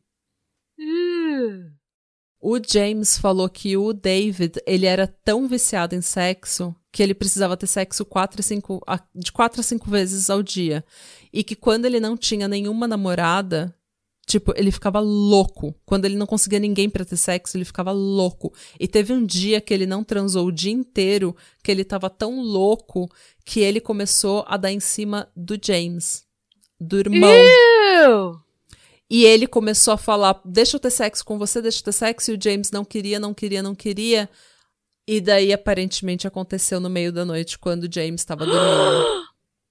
O James falou que o David, ele era tão viciado em sexo que ele precisava ter sexo de 4 a 5 vezes ao dia. E que quando ele não tinha nenhuma namorada, tipo, ele ficava louco. Quando ele não conseguia ninguém pra ter sexo, ele ficava louco. E teve um dia que ele não transou o dia inteiro, que ele tava tão louco que ele começou a dar em cima do James, do irmão. Ew! E ele começou a falar, deixa eu ter sexo com você, deixa eu ter sexo, e o James não queria. E daí, aparentemente, aconteceu no meio da noite, quando o James estava dormindo.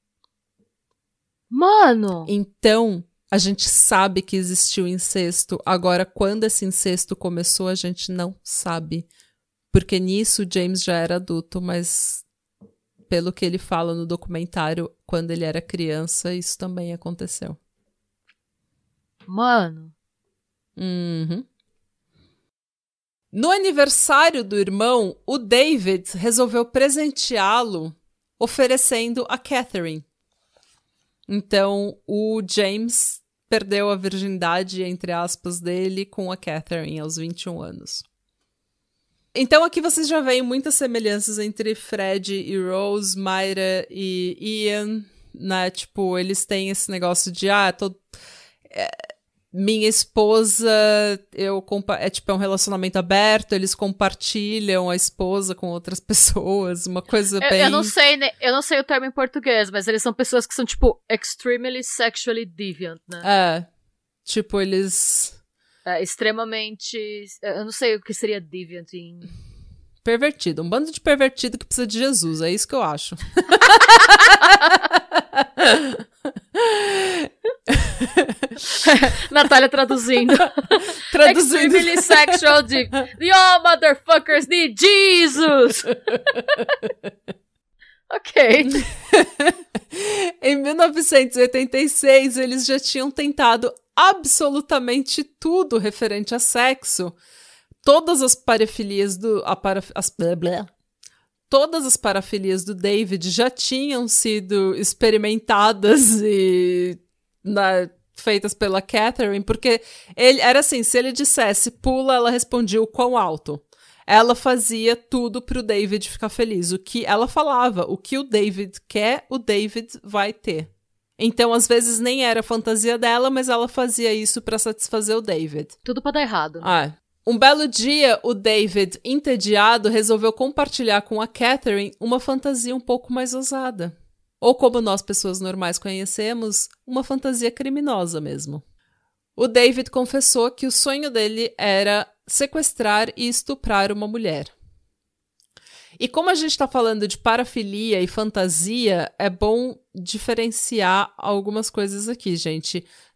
Mano! Então, a gente sabe que existiu incesto. Agora, quando esse incesto começou, a gente não sabe. Porque nisso, o James já era adulto, mas pelo que ele fala no documentário, quando ele era criança, isso também aconteceu. Mano. No aniversário do irmão, o David resolveu presenteá-lo oferecendo a Catherine. Então, o James perdeu a virgindade, entre aspas, dele com a Catherine aos 21 anos. Então, aqui vocês já veem muitas semelhanças entre Fred e Rose, Myra e Ian, né? Tipo, eles têm esse negócio de, minha esposa, é um relacionamento aberto, eles compartilham a esposa com outras pessoas, uma coisa bem... Eu não sei o termo em português, mas eles são pessoas que são, tipo, extremely sexually deviant, né? Tipo, eles... extremamente... Eu não sei o que seria deviant em... Pervertido, um bando de pervertido que precisa de Jesus, é isso que eu acho. Natália traduzindo. Extremely sexual deep. The all motherfuckers need Jesus. Ok. Em 1986, eles já tinham tentado absolutamente tudo referente a sexo. Todas as parafilias todas as parafilias do David já tinham sido experimentadas e feitas pela Catherine, porque ele era assim, se ele dissesse pula, ela respondia o quão alto. Ela fazia tudo pro David ficar feliz. O que ela falava, o que o David quer, o David vai ter. Então, às vezes, nem era a fantasia dela, mas ela fazia isso pra satisfazer o David. Tudo pra dar errado. Um belo dia, o David, entediado, resolveu compartilhar com a Catherine uma fantasia um pouco mais ousada. Ou como nós, pessoas normais, conhecemos, uma fantasia criminosa mesmo. O David confessou que o sonho dele era sequestrar e estuprar uma mulher. E como a gente está falando de parafilia e fantasia, é bom diferenciar algumas coisas aqui, gente.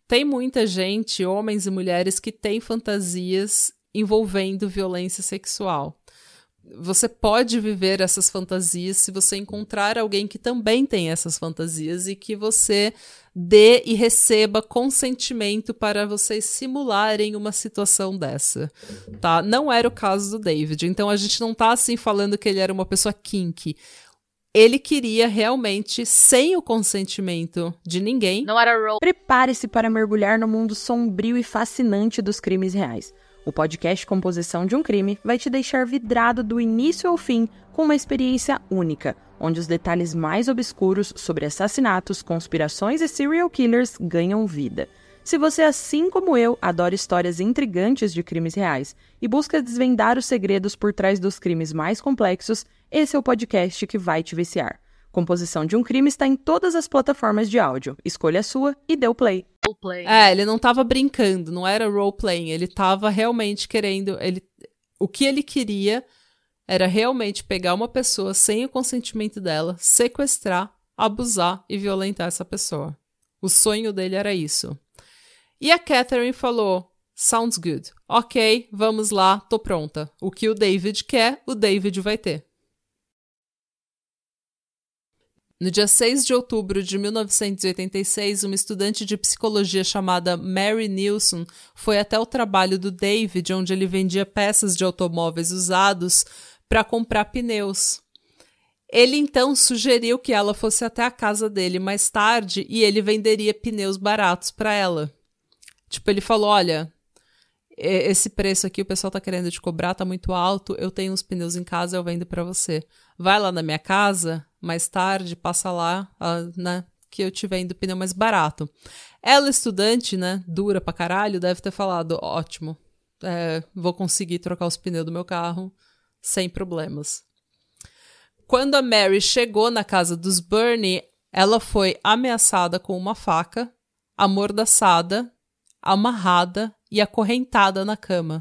Tem muita gente, homens e mulheres, que têm fantasias envolvendo violência sexual. Você pode viver essas fantasias se você encontrar alguém que também tem essas fantasias e que você dê e receba consentimento para vocês simularem uma situação dessa, tá? Não era o caso do David, então a gente não tá assim falando que ele era uma pessoa kinky. Ele queria realmente, sem o consentimento de ninguém... Não era role. Prepare-se para mergulhar no mundo sombrio e fascinante dos crimes reais. O podcast Composição de um Crime vai te deixar vidrado do início ao fim com uma experiência única, onde os detalhes mais obscuros sobre assassinatos, conspirações e serial killers ganham vida. Se você, assim como eu, adora histórias intrigantes de crimes reais e busca desvendar os segredos por trás dos crimes mais complexos, esse é o podcast que vai te viciar. Composição de um Crime está em todas as plataformas de áudio. Escolha a sua e dê o play. Ele não tava brincando, não era role-playing, ele tava realmente querendo... O que ele queria era realmente pegar uma pessoa sem o consentimento dela, sequestrar, abusar e violentar essa pessoa. O sonho dele era isso. E a Catherine falou, sounds good. Ok, vamos lá, tô pronta. O que o David quer, o David vai ter. No dia 6 de outubro de 1986, uma estudante de psicologia chamada Mary Nilsson foi até o trabalho do David, onde ele vendia peças de automóveis usados, para comprar pneus. Ele então sugeriu que ela fosse até a casa dele mais tarde e ele venderia pneus baratos para ela. Tipo, ele falou, olha, esse preço aqui o pessoal tá querendo te cobrar, tá muito alto, eu tenho uns pneus em casa, eu vendo para você. Vai lá na minha casa... mais tarde, passa lá, né, que eu te vendo pneu mais barato. Ela, estudante, né, dura pra caralho, deve ter falado, ótimo, vou conseguir trocar os pneus do meu carro sem problemas. Quando a Mary chegou na casa dos Burney, ela foi ameaçada com uma faca, amordaçada, amarrada e acorrentada na cama.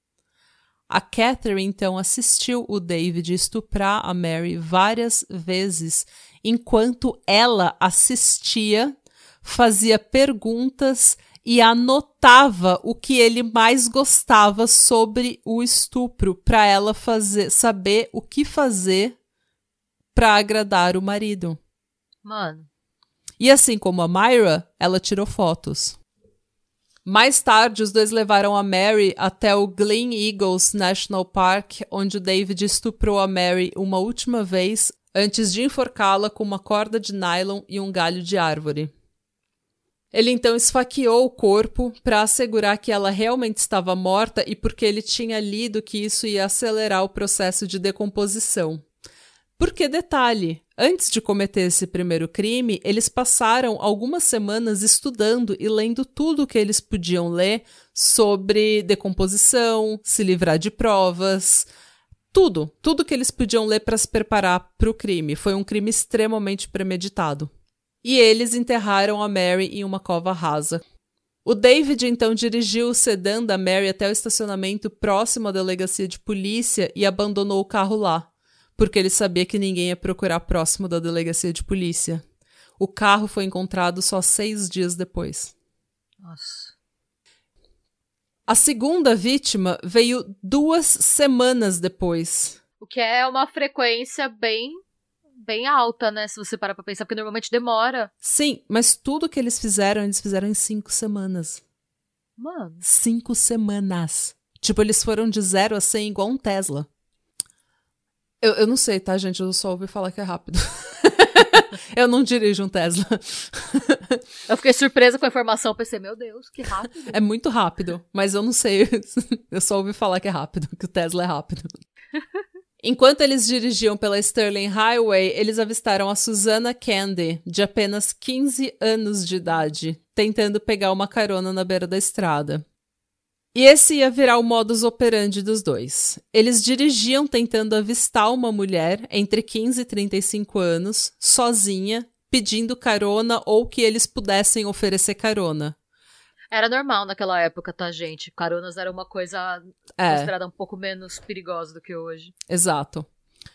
A Catherine, então, assistiu o David estuprar a Mary várias vezes, enquanto ela assistia, fazia perguntas e anotava o que ele mais gostava sobre o estupro, para ela saber o que fazer para agradar o marido. Mano. E assim como a Myra, ela tirou fotos. Mais tarde, os dois levaram a Mary até o Glen Eagles National Park, onde o David estuprou a Mary uma última vez, antes de enforcá-la com uma corda de nylon e um galho de árvore. Ele então esfaqueou o corpo para assegurar que ela realmente estava morta e porque ele tinha lido que isso ia acelerar o processo de decomposição. Porque, detalhe, antes de cometer esse primeiro crime, eles passaram algumas semanas estudando e lendo tudo o que eles podiam ler sobre decomposição, se livrar de provas, tudo que eles podiam ler para se preparar para o crime. Foi um crime extremamente premeditado. E eles enterraram a Mary em uma cova rasa. O David então dirigiu o sedã da Mary até o estacionamento próximo à delegacia de polícia e abandonou o carro lá, porque ele sabia que ninguém ia procurar próximo da delegacia de polícia. O carro foi encontrado só 6 dias depois. Nossa. A segunda vítima veio 2 semanas depois. O que é uma frequência bem alta, né? Se você parar pra pensar, porque normalmente demora. Sim, mas tudo que eles fizeram em 5 semanas. Mano. 5 semanas. Tipo, eles foram de 0 a 100 igual um Tesla. Eu não sei, tá, gente? Eu só ouvi falar que é rápido. Eu não dirijo um Tesla. Eu fiquei surpresa com a informação, pensei, meu Deus, que rápido. É muito rápido, mas eu não sei. Eu só ouvi falar que é rápido, que o Tesla é rápido. Enquanto eles dirigiam pela Sterling Highway, eles avistaram a Susanna Candy, de apenas 15 anos de idade, tentando pegar uma carona na beira da estrada. E esse ia virar o modus operandi dos dois. Eles dirigiam tentando avistar uma mulher entre 15 e 35 anos, sozinha, pedindo carona ou que eles pudessem oferecer carona. Era normal naquela época, tá, gente? Caronas era uma coisa considerada um pouco menos perigosa do que hoje. Exato.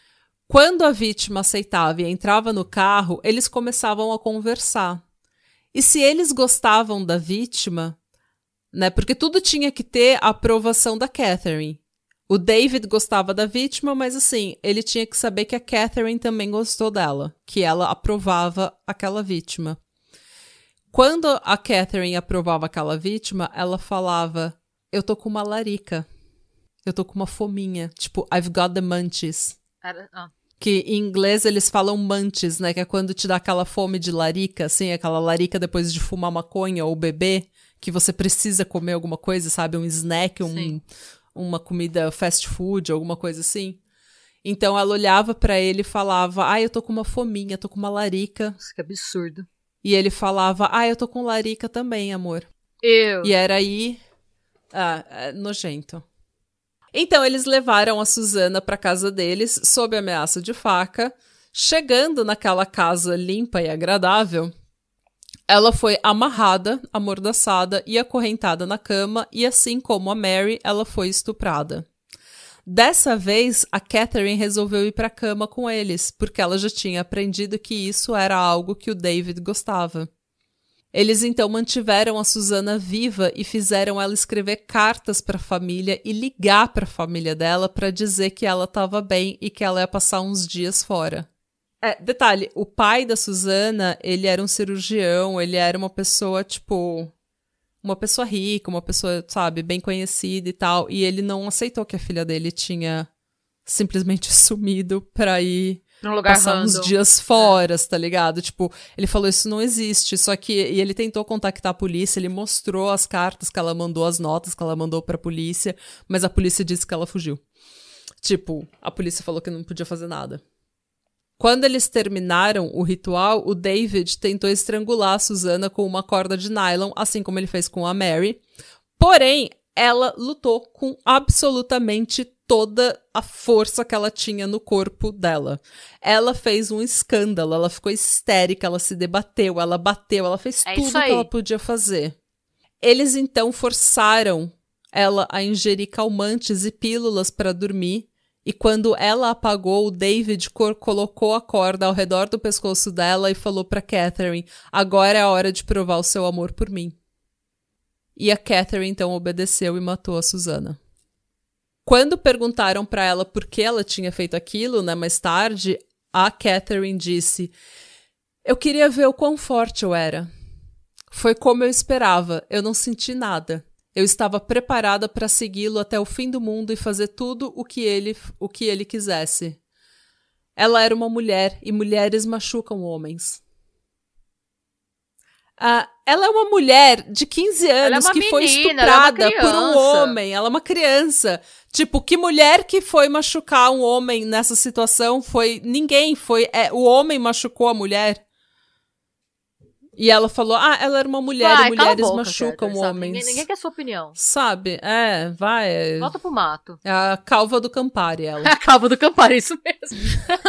Quando a vítima aceitava e entrava no carro, eles começavam a conversar. E se eles gostavam da vítima, né? Porque tudo tinha que ter a aprovação da Catherine. O David gostava da vítima, mas assim, ele tinha que saber que a Catherine também gostou dela, que ela aprovava aquela vítima. Quando a Catherine aprovava aquela vítima, ela falava, eu tô com uma larica, eu tô com uma fominha, tipo, I've got the munchies. Que em inglês eles falam munchies, né, que é quando te dá aquela fome de larica, assim, aquela larica depois de fumar maconha ou beber, que você precisa comer alguma coisa, sabe, um snack, uma comida fast food, alguma coisa assim. Então ela olhava pra ele e falava, eu tô com uma fominha, tô com uma larica. Nossa, que absurdo. E ele falava, eu tô com larica também, amor. E era aí... nojento. Então eles levaram a Susana pra casa deles, sob ameaça de faca. Chegando naquela casa limpa e agradável, ela foi amarrada, amordaçada e acorrentada na cama, e assim como a Mary, ela foi estuprada. Dessa vez, a Catherine resolveu ir para a cama com eles, porque ela já tinha aprendido que isso era algo que o David gostava. Eles então mantiveram a Susana viva e fizeram ela escrever cartas para a família e ligar para a família dela para dizer que ela estava bem e que ela ia passar uns dias fora. Detalhe, o pai da Susana, ele era um cirurgião, ele era uma pessoa, uma pessoa rica, uma pessoa, sabe, bem conhecida e tal, e ele não aceitou que a filha dele tinha simplesmente sumido pra ir num lugar passar random. uns dias fora, tá ligado? Ele falou, isso não existe, só que, e ele tentou contactar a polícia, ele mostrou as cartas que ela mandou, as notas que ela mandou pra polícia, mas a polícia disse que ela fugiu. A polícia falou que não podia fazer nada. Quando eles terminaram o ritual, o David tentou estrangular a Susana com uma corda de nylon, assim como ele fez com a Mary. Porém, ela lutou com absolutamente toda a força que ela tinha no corpo dela. Ela fez um escândalo, ela ficou histérica, ela se debateu, ela bateu, ela fez tudo que ela podia fazer. Eles então forçaram ela a ingerir calmantes e pílulas para dormir. E quando ela apagou, o David colocou a corda ao redor do pescoço dela e falou pra Catherine, agora é a hora de provar o seu amor por mim. E a Catherine então obedeceu e matou a Susana. Quando perguntaram pra ela por que ela tinha feito aquilo, né, mais tarde, a Catherine disse, eu queria ver o quão forte eu era. Foi como eu esperava, eu não senti nada. Eu estava preparada para segui-lo até o fim do mundo e fazer tudo o que ele quisesse. Ela era uma mulher e mulheres machucam homens. Ela é uma mulher de 15 anos que foi estuprada por um homem. Ela é uma criança. Que mulher que foi machucar um homem nessa situação foi... Ninguém foi... o homem machucou a mulher. E ela falou, ela era uma mulher e mulheres machucam homens. Ninguém quer sua opinião. Sabe? Vai. Volta pro mato. É a calva do Campari, ela. A calva do Campari, isso mesmo.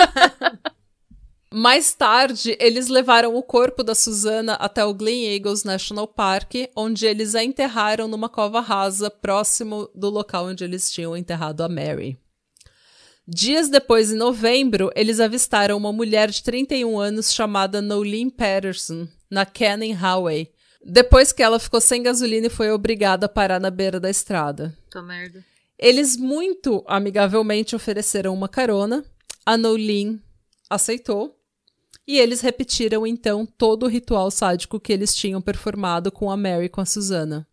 Mais tarde, eles levaram o corpo da Susana até o Glen Eagles National Park, onde eles a enterraram numa cova rasa próximo do local onde eles tinham enterrado a Mary. Dias depois, em novembro, eles avistaram uma mulher de 31 anos chamada Nolene Patterson, na Canning Highway, depois que ela ficou sem gasolina e foi obrigada a parar na beira da estrada. Tá merda. Eles muito amigavelmente ofereceram uma carona, a Nolene aceitou, e eles repetiram então todo o ritual sádico que eles tinham performado com a Mary e com a Susana.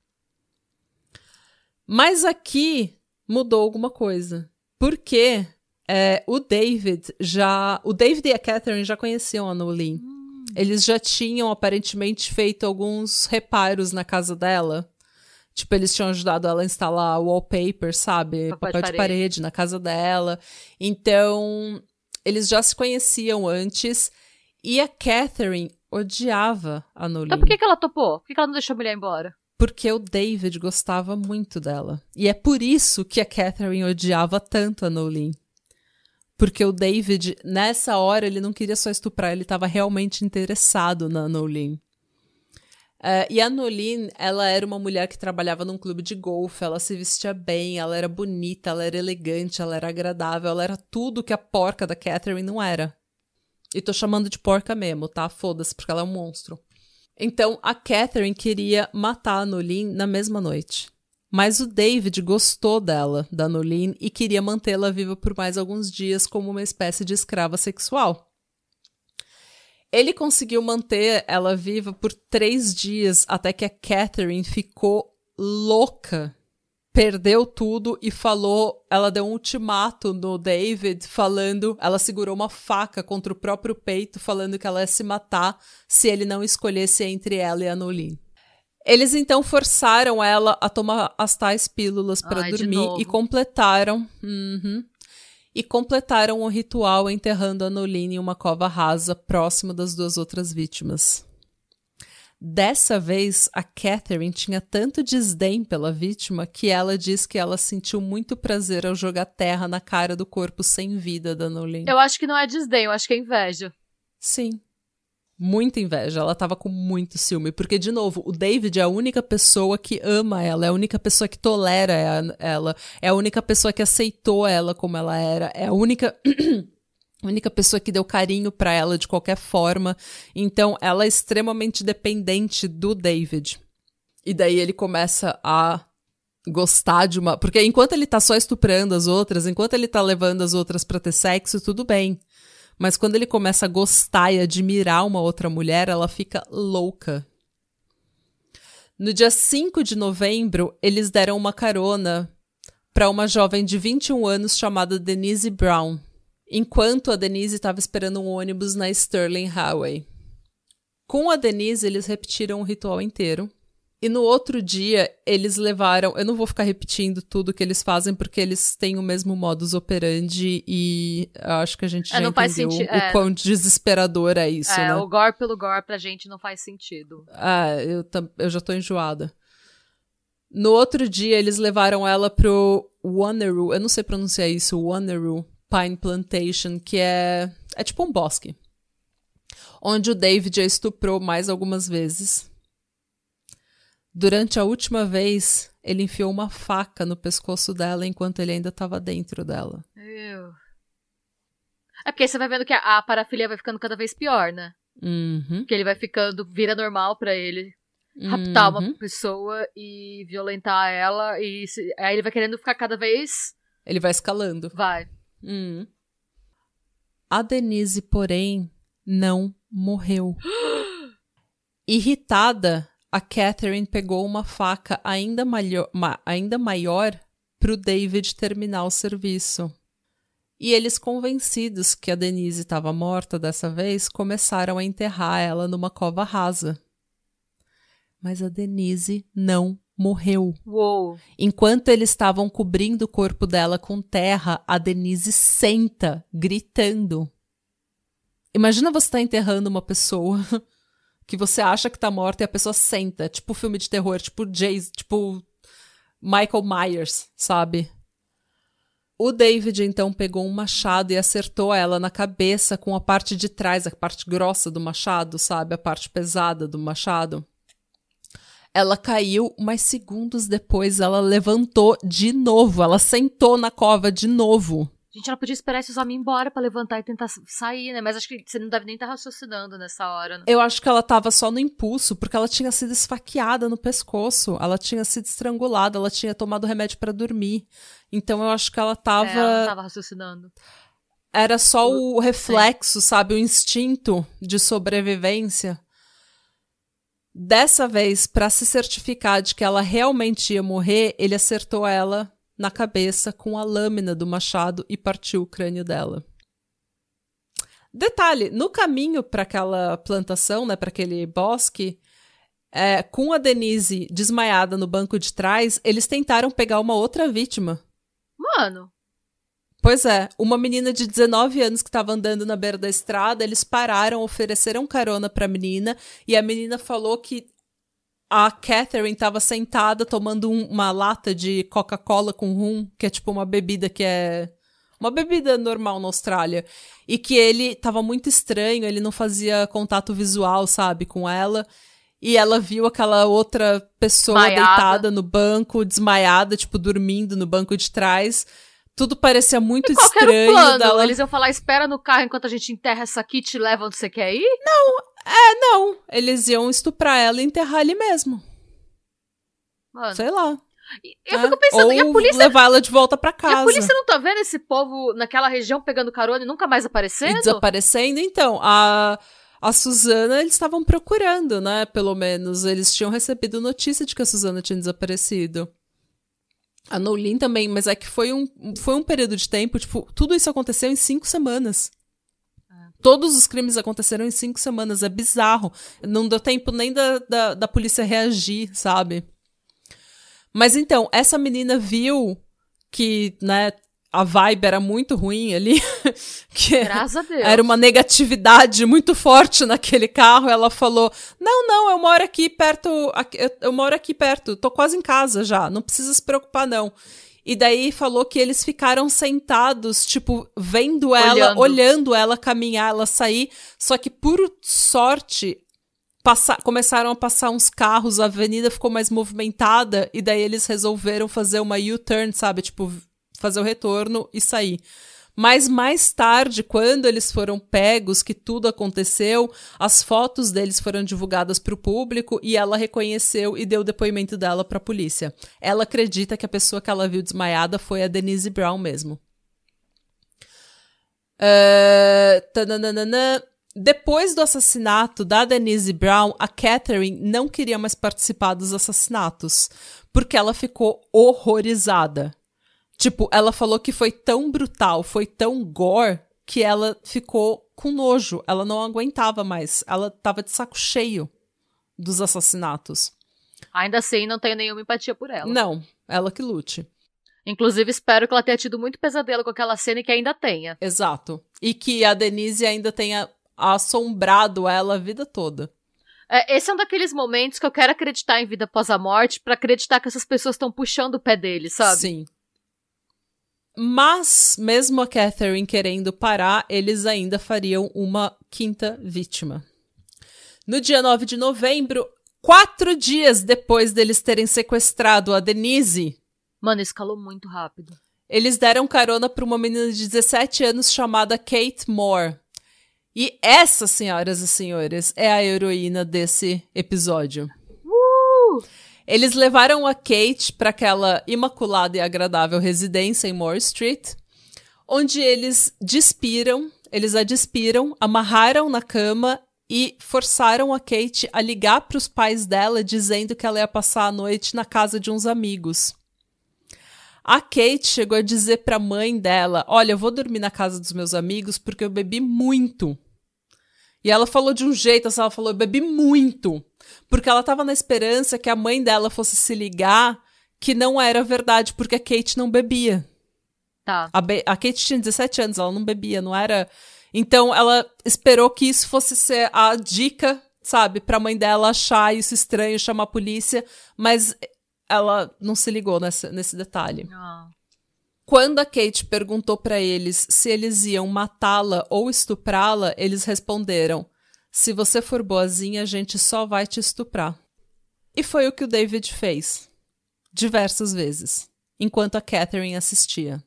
Mas aqui mudou alguma coisa, porque o David e a Catherine já conheciam a Nolene. Eles já tinham aparentemente feito alguns reparos na casa dela. Eles tinham ajudado ela a instalar wallpaper, sabe? Papel de parede na casa dela. Então, eles já se conheciam antes. E a Catherine odiava a Nolene. Então por que ela topou? Por que ela não deixou a mulher embora? Porque o David gostava muito dela. E é por isso que a Catherine odiava tanto a Nolene. Porque o David, nessa hora, ele não queria só estuprar, ele estava realmente interessado na Nolene. E a Nolene, ela era uma mulher que trabalhava num clube de golfe, ela se vestia bem, ela era bonita, ela era elegante, ela era agradável, ela era tudo que a porca da Catherine não era. E tô chamando de porca mesmo, tá? Foda-se, porque ela é um monstro. Então, a Catherine queria matar a Nolene na mesma noite. Mas o David gostou dela, da Nolene, e queria mantê-la viva por mais alguns dias como uma espécie de escrava sexual. Ele conseguiu manter ela viva por 3 dias, até que a Catherine ficou louca. Perdeu tudo e falou, ela deu um ultimato no David, ela segurou uma faca contra o próprio peito, falando que ela ia se matar se ele não escolhesse entre ela e a Nolene. Eles então forçaram ela a tomar as tais pílulas para dormir e completaram o ritual enterrando a Nolene em uma cova rasa próximo das 2 outras vítimas. Dessa vez, a Catherine tinha tanto desdém pela vítima que ela diz que ela sentiu muito prazer ao jogar terra na cara do corpo sem vida da Nolene. Eu acho que não é desdém, eu acho que é inveja. Sim. Muita inveja. Ela tava com muito ciúme. Porque, de novo, o David é a única pessoa que ama ela, é a única pessoa que tolera ela, é a única pessoa que aceitou ela como ela era, é a única pessoa que deu carinho pra ela de qualquer forma. Então, ela é extremamente dependente do David. E daí ele começa a gostar de uma... Porque enquanto ele tá só estuprando as outras, enquanto ele tá levando as outras pra ter sexo, tudo bem. Mas quando ele começa a gostar e admirar uma outra mulher, ela fica louca. No dia 5 de novembro, eles deram uma carona pra uma jovem de 21 anos chamada Denise Brown, enquanto a Denise estava esperando um ônibus na Sterling Highway. Com a Denise, eles repetiram o ritual inteiro. E no outro dia, eles levaram... Eu não vou ficar repetindo tudo que eles fazem, porque eles têm o mesmo modus operandi e eu acho que a gente já entendeu o quão desesperador é isso, né? O gore pelo gore pra gente não faz sentido. Eu já tô enjoada. No outro dia, eles levaram ela pro Wanneroo, eu não sei pronunciar isso, Wanneroo Pine Plantation, que é tipo um bosque, onde o David a estuprou mais algumas vezes. Durante a última vez, ele enfiou uma faca no pescoço dela enquanto ele ainda estava dentro dela. É porque você vai vendo que a parafilia vai ficando cada vez pior, né? Uhum. Que ele vai vira normal pra ele raptar uma pessoa e violentar ela. E aí ele vai querendo ficar cada vez... Ele vai escalando. Vai. A Denise, porém, não morreu. Irritada, a Catherine pegou uma faca ainda maior para o David terminar o serviço. E eles, convencidos que a Denise estava morta dessa vez, começaram a enterrar ela numa cova rasa. Mas a Denise não morreu. Uou. Enquanto eles estavam cobrindo o corpo dela com terra, a Denise senta, gritando. Imagina você estar enterrando uma pessoa... que você acha que tá morta e a pessoa senta, tipo filme de terror, tipo Michael Myers, sabe? O David, então, pegou um machado e acertou ela na cabeça com a parte de trás, a parte grossa do machado, sabe? A parte pesada do machado. Ela caiu, mas segundos depois ela levantou de novo, ela sentou na cova de novo. Gente, ela podia esperar esses homens ir embora pra levantar e tentar sair, né? Mas acho que você não deve nem estar raciocinando nessa hora, né? Eu acho que ela tava só no impulso, porque ela tinha sido esfaqueada no pescoço, ela tinha sido estrangulada, ela tinha tomado remédio pra dormir. Então eu acho que ela tava... ela não tava raciocinando. Era só o reflexo, sabe? O instinto de sobrevivência. Dessa vez, pra se certificar de que ela realmente ia morrer, ele acertou ela na cabeça com a lâmina do machado e partiu o crânio dela. Detalhe, no caminho para aquela plantação, né, para aquele bosque, com a Denise desmaiada no banco de trás, eles tentaram pegar uma outra vítima. Mano! Pois é, uma menina de 19 anos que estava andando na beira da estrada, eles pararam, ofereceram carona para a menina, e a menina falou que a Catherine estava sentada tomando uma lata de Coca-Cola com rum, que é tipo uma bebida que é... uma bebida normal na Austrália. E que ele estava muito estranho, ele não fazia contato visual, sabe, com ela. E ela viu aquela outra pessoa deitada no banco, desmaiada, tipo, dormindo no banco de trás. Tudo parecia muito E qual que era o estranho. plano? Dela... Eles iam falar, espera no carro enquanto a gente enterra essa aqui e te leva onde você quer ir? Não, eles iam estuprar ela e enterrar ali mesmo. Mano, Sei lá. eu fico pensando, Ou e a polícia... levar ela de volta pra E casa. a polícia não tá vendo esse povo naquela região pegando carona e nunca mais aparecendo? E desaparecendo, então. A Susana, eles estavam procurando, né? Pelo menos. Eles tinham recebido notícia de que a Susana tinha desaparecido. A Nolin também, mas é que foi um período de tempo, tipo, tudo isso aconteceu em 5 semanas. Todos os crimes aconteceram em 5 semanas, é bizarro. Não deu tempo nem da polícia reagir, sabe? Mas então, essa menina viu que, né, a vibe era muito ruim ali. Que Graças a Deus. era uma negatividade muito forte naquele carro. Ela falou, não, eu moro aqui perto, eu moro aqui perto, tô quase em casa já, não precisa se preocupar não. E daí falou que eles ficaram sentados, tipo, vendo ela, olhando ela caminhar, ela sair. Só que, por sorte, começaram a passar uns carros, a avenida ficou mais movimentada. E daí eles resolveram fazer uma U-turn, sabe? Tipo, fazer o retorno e sair. Mas mais tarde, quando eles foram pegos, que tudo aconteceu, as fotos deles foram divulgadas para o público e ela reconheceu e deu o depoimento dela para a polícia. Ela acredita que a pessoa que ela viu desmaiada foi a Denise Brown mesmo. Depois do assassinato da Denise Brown, a Catherine não queria mais participar dos assassinatos, porque ela ficou horrorizada. Tipo, ela falou que foi tão brutal, foi tão gore, que ela ficou com nojo. Ela não aguentava mais. Ela tava de saco cheio dos assassinatos. Ainda assim, não tenho nenhuma empatia por ela. Não, ela que lute. Inclusive, espero que ela tenha tido muito pesadelo com aquela cena e que ainda tenha. Exato. E que a Denise ainda tenha assombrado ela a vida toda. Esse é um daqueles momentos que eu quero acreditar em vida após a morte pra acreditar que essas pessoas estão puxando o pé dele, sabe? Sim. Mas, mesmo a Catherine querendo parar, eles ainda fariam uma quinta vítima. No dia 9 de novembro, 4 dias depois deles terem sequestrado a Denise... Mano, escalou muito rápido. Eles deram carona para uma menina de 17 anos chamada Kate Moore. E essa, senhoras e senhores, é a heroína desse episódio. Eles levaram a Kate para aquela imaculada e agradável residência em Moore Street, onde eles a despiram, amarraram na cama e forçaram a Kate a ligar para os pais dela dizendo que ela ia passar a noite na casa de uns amigos. A Kate chegou a dizer para a mãe dela, olha, eu vou dormir na casa dos meus amigos porque eu bebi muito. E ela falou de um jeito, assim, ela falou, eu bebi muito. Porque ela tava na esperança que a mãe dela fosse se ligar que não era verdade, porque a Kate não bebia. Tá. A Kate tinha 17 anos, ela não bebia, não era... Então, ela esperou que isso fosse ser a dica, sabe, pra mãe dela achar isso estranho, chamar a polícia, mas ela não se ligou nesse detalhe. Não. Quando a Kate perguntou pra eles se eles iam matá-la ou estuprá-la, eles responderam, se você for boazinha, a gente só vai te estuprar. E foi o que o David fez. Diversas vezes. Enquanto a Catherine assistia.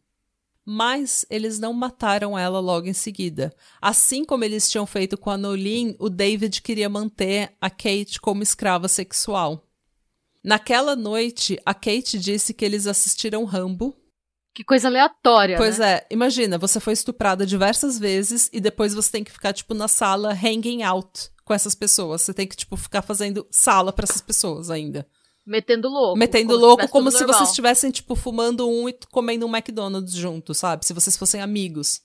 Mas eles não mataram ela logo em seguida. Assim como eles tinham feito com a Nolin, o David queria manter a Kate como escrava sexual. Naquela noite, a Kate disse que eles assistiram Rambo. Que coisa aleatória, Pois né? é, imagina, você foi estuprada diversas vezes e depois você tem que ficar, tipo, na sala hanging out com essas pessoas. Você tem que, tipo, ficar fazendo sala pra essas pessoas ainda. Metendo louco. Metendo louco como se normal. vocês estivessem, tipo, fumando um e comendo um McDonald's junto, sabe? Se vocês fossem amigos.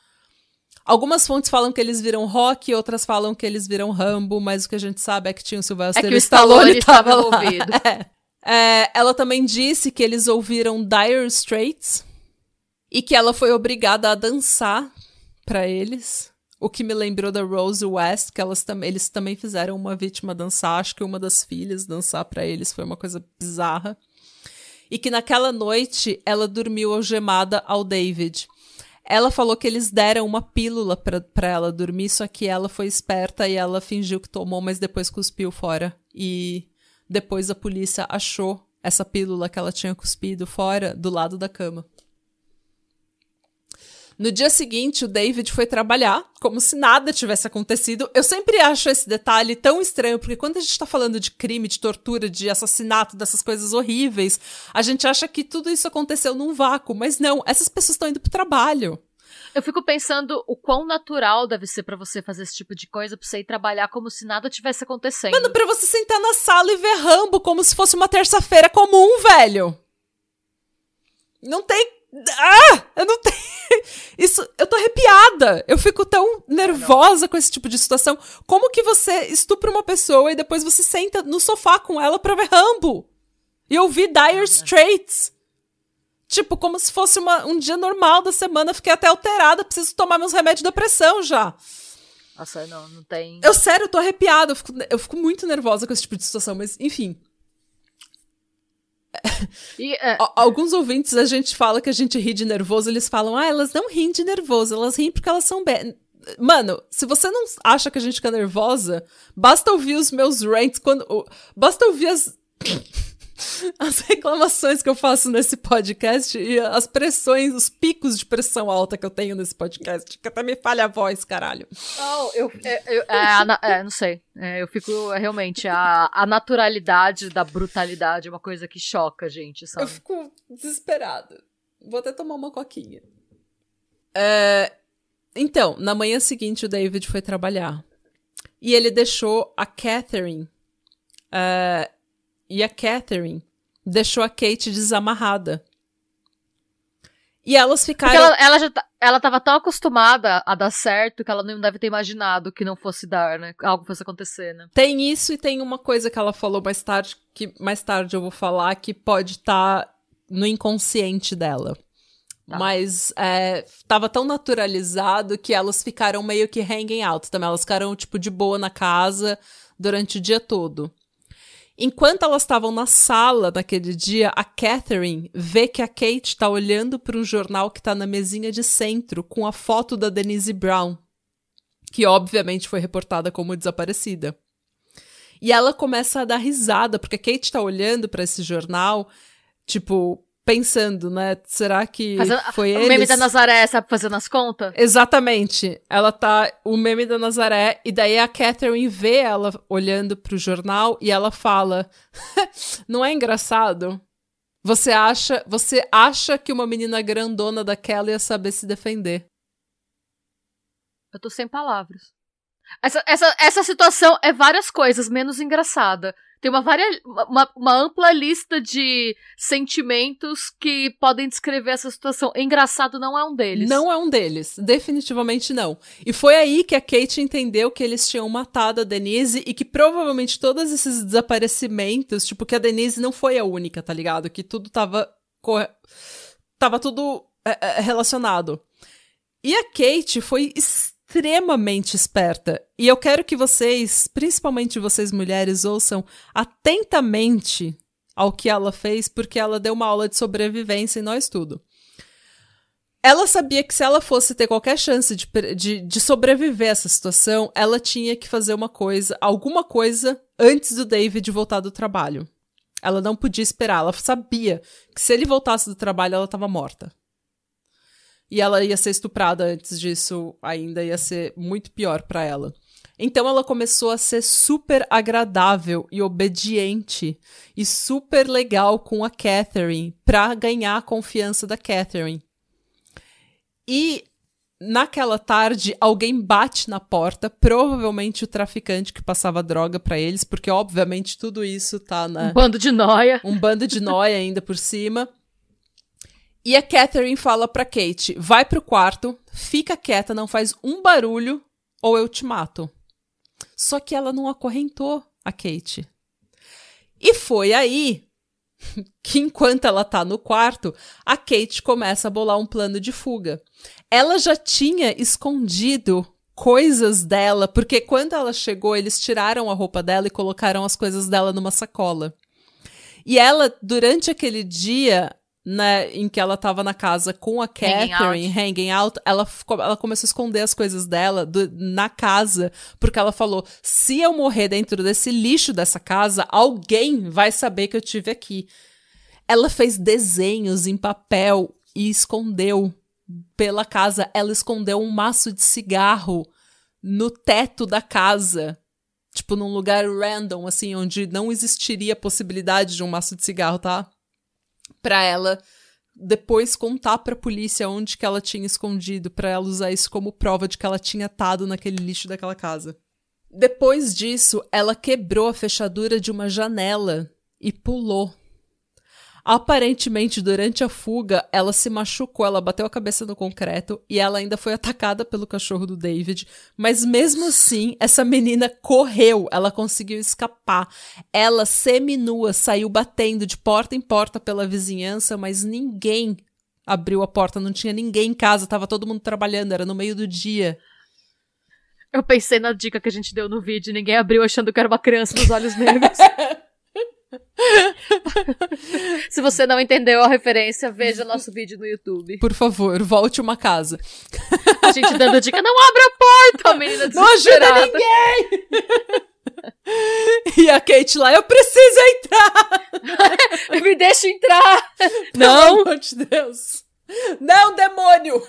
Algumas fontes falam que eles viram Rock, outras falam que eles viram Rambo, mas o que a gente sabe é que tinha o Sylvester É que o Stallone estava lá. envolvido. Ela também disse que eles ouviram Dire Straits e que ela foi obrigada a dançar pra eles. O que me lembrou da Rose West, que eles também fizeram uma vítima dançar. Acho que uma das filhas dançar pra eles foi uma coisa bizarra. E que naquela noite ela dormiu algemada ao David. Ela falou que eles deram uma pílula pra ela dormir, só que ela foi esperta e ela fingiu que tomou, mas depois cuspiu fora. E depois a polícia achou essa pílula que ela tinha cuspido fora, do lado da cama. No dia seguinte, o David foi trabalhar, como se nada tivesse acontecido. Eu sempre acho esse detalhe tão estranho, porque quando a gente tá falando de crime, de tortura, de assassinato, dessas coisas horríveis, a gente acha que tudo isso aconteceu num vácuo, mas não, essas pessoas estão indo pro trabalho. Eu fico pensando o quão natural deve ser pra você fazer esse tipo de coisa, pra você ir trabalhar como se nada tivesse acontecendo. Mano, pra você sentar na sala e ver Rambo como se fosse uma terça-feira comum, velho. Não tem... eu não tenho... Isso, eu tô arrepiada. Eu fico tão nervosa com esse tipo de situação. Como que você estupra uma pessoa e depois você senta no sofá com ela pra ver Rambo? E ouvir Dire Straits? Tipo, como se fosse um dia normal da semana. Fiquei até alterada, preciso tomar meus remédios da pressão já. Nossa, não tem... Eu, sério, eu tô arrepiada. Eu fico muito nervosa com esse tipo de situação, mas, enfim. Alguns ouvintes, a gente fala que a gente ri de nervoso, eles falam, elas não riem de nervoso, elas riem porque elas são Mano, se você não acha que a gente fica nervosa, basta ouvir os meus rants, basta ouvir as reclamações que eu faço nesse podcast e as pressões, os picos de pressão alta que eu tenho nesse podcast, que até me falha a voz, caralho. Não sei. Eu fico, realmente, a naturalidade da brutalidade é uma coisa que choca a gente, sabe? Eu fico desesperada. Vou até tomar uma coquinha. Então, na manhã seguinte, o David foi trabalhar. E ele deixou a Catherine... E a Catherine deixou a Kate desamarrada. E elas ficaram... Porque ela tava tão acostumada a dar certo que ela não deve ter imaginado que não fosse dar, né? Algo fosse acontecer, né? Tem isso e tem uma coisa que ela falou mais tarde, que mais tarde eu vou falar, que pode estar no inconsciente dela. Tá. Mas tava tão naturalizado que elas ficaram meio que hanging out também. Elas ficaram, tipo, de boa na casa durante o dia todo. Enquanto elas estavam na sala naquele dia, a Catherine vê que a Kate tá olhando para um jornal que tá na mesinha de centro com a foto da Denise Brown, que obviamente foi reportada como desaparecida. E ela começa a dar risada, porque a Kate tá olhando para esse jornal, tipo, pensando, né, será que foi eles? O meme da Nazaré, sabe, fazendo as contas? Exatamente. Ela tá, o meme da Nazaré, e daí a Catherine vê ela olhando pro jornal e ela fala, não é engraçado? Você acha que uma menina grandona daquela ia saber se defender? Eu tô sem palavras. Essa situação é várias coisas, menos engraçada. Tem uma ampla lista de sentimentos que podem descrever essa situação. Engraçado não é um deles. Não é um deles. Definitivamente não. E foi aí que a Kate entendeu que eles tinham matado a Denise e que provavelmente todos esses desaparecimentos, tipo, que a Denise não foi a única, tá ligado? Que tudo tava tudo relacionado. E a Kate foi extremamente esperta. E eu quero que vocês, principalmente vocês mulheres, ouçam atentamente ao que ela fez, porque ela deu uma aula de sobrevivência em Nós Tudo. Ela sabia que se ela fosse ter qualquer chance de sobreviver a essa situação, ela tinha que fazer alguma coisa antes do David voltar do trabalho. Ela não podia esperar, ela sabia que se ele voltasse do trabalho, ela estava morta. E ela ia ser estuprada antes disso, ainda ia ser muito pior pra ela. Então ela começou a ser super agradável e obediente e super legal com a Catherine pra ganhar a confiança da Catherine. E naquela tarde, alguém bate na porta, provavelmente o traficante que passava droga pra eles, porque obviamente tudo isso tá Um bando de nóia. Um bando de nóia ainda por cima. E a Catherine fala pra Kate, vai pro quarto, fica quieta, não faz um barulho ou eu te mato. Só que ela não acorrentou a Kate. E foi aí que enquanto ela tá no quarto, a Kate começa a bolar um plano de fuga. Ela já tinha escondido coisas dela, porque quando ela chegou, eles tiraram a roupa dela e colocaram as coisas dela numa sacola. E ela, durante aquele dia, né, em que ela tava na casa com a Catherine, hanging out, ela começou a esconder as coisas dela na casa, porque ela falou, se eu morrer dentro desse lixo dessa casa, alguém vai saber que eu estive aqui. Ela fez desenhos em papel e escondeu pela casa. Ela escondeu um maço de cigarro no teto da casa. Tipo, num lugar random, assim, onde não existiria a possibilidade de um maço de cigarro, tá? Pra ela depois contar pra polícia onde que ela tinha escondido, pra ela usar isso como prova de que ela tinha estado naquele lixo daquela casa. Depois disso, ela quebrou a fechadura de uma janela e pulou. Aparentemente, durante a fuga, ela se machucou, ela bateu a cabeça no concreto e ela ainda foi atacada pelo cachorro do David. Mas mesmo assim, essa menina correu, ela conseguiu escapar. Ela, seminua, saiu batendo de porta em porta pela vizinhança, mas ninguém abriu a porta, não tinha ninguém em casa, tava todo mundo trabalhando, era no meio do dia. Eu pensei na dica que a gente deu no vídeo, ninguém abriu achando que era uma criança dos olhos negros. Se você não entendeu a referência, veja nosso vídeo no YouTube. Por favor, volte uma casa. A gente dando dica, não abre a porta, a menina desesperada. Não ajuda ninguém! E a Kate lá, eu preciso entrar! Me deixa entrar! Não! Pelo amor de Deus! Não, demônio!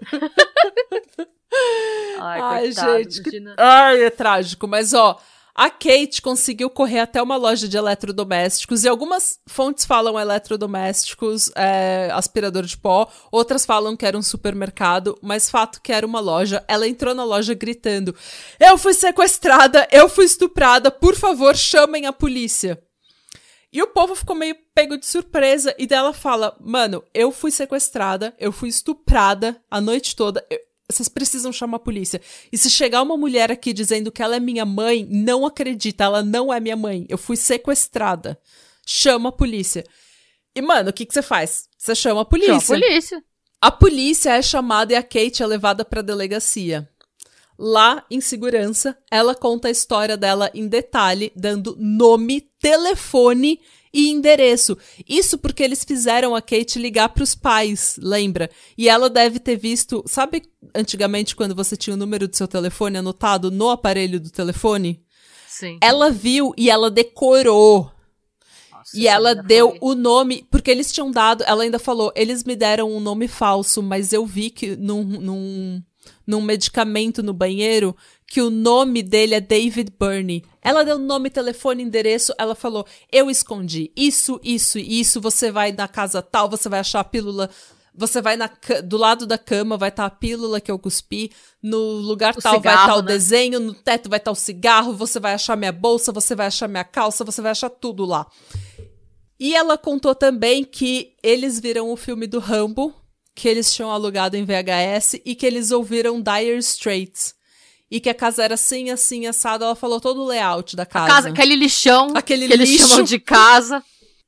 Ai, coitado, gente. imagina. Ai, é trágico. Mas, ó, a Kate conseguiu correr até uma loja de eletrodomésticos, e algumas fontes falam eletrodomésticos, aspirador de pó, outras falam que era um supermercado, mas fato que era uma loja. Ela entrou na loja gritando: eu fui sequestrada, eu fui estuprada, por favor, chamem a polícia. E o povo ficou meio pego de surpresa, e dela fala: mano, eu fui sequestrada, eu fui estuprada a noite toda, vocês precisam chamar a polícia. E se chegar uma mulher aqui dizendo que ela é minha mãe, não acredita, ela não é minha mãe. Eu fui sequestrada. Chama a polícia. E, mano, o que você faz? Você chama a polícia. Chama a polícia. A polícia é chamada e a Kate é levada pra delegacia. Lá, em segurança, ela conta a história dela em detalhe, dando nome, telefone e endereço. Isso porque eles fizeram a Kate ligar pros pais, lembra? E ela deve ter visto... Sabe antigamente quando você tinha o número do seu telefone anotado no aparelho do telefone? Sim. Ela viu e ela decorou. Nossa, E ela deu o nome... Porque eles tinham dado... Ela ainda falou, eles me deram um nome falso, mas eu vi que num medicamento no banheiro que o nome dele é David Burney. Ela deu nome, telefone, endereço, ela falou, eu escondi isso, isso e isso, você vai na casa tal, você vai achar a pílula, você vai do lado da cama, vai estar a pílula que eu cuspi, no lugar tal cigarro, vai estar o né? desenho, no teto vai estar o cigarro, você vai achar minha bolsa, você vai achar minha calça, você vai achar tudo lá. E ela contou também que eles viram o filme do Rambo, que eles tinham alugado em VHS e que eles ouviram Dire Straits. E que a casa era assim, assim, assado. Ela falou todo o layout da casa. A casa, aquele lixão Aquele que eles lixo. chamam de casa.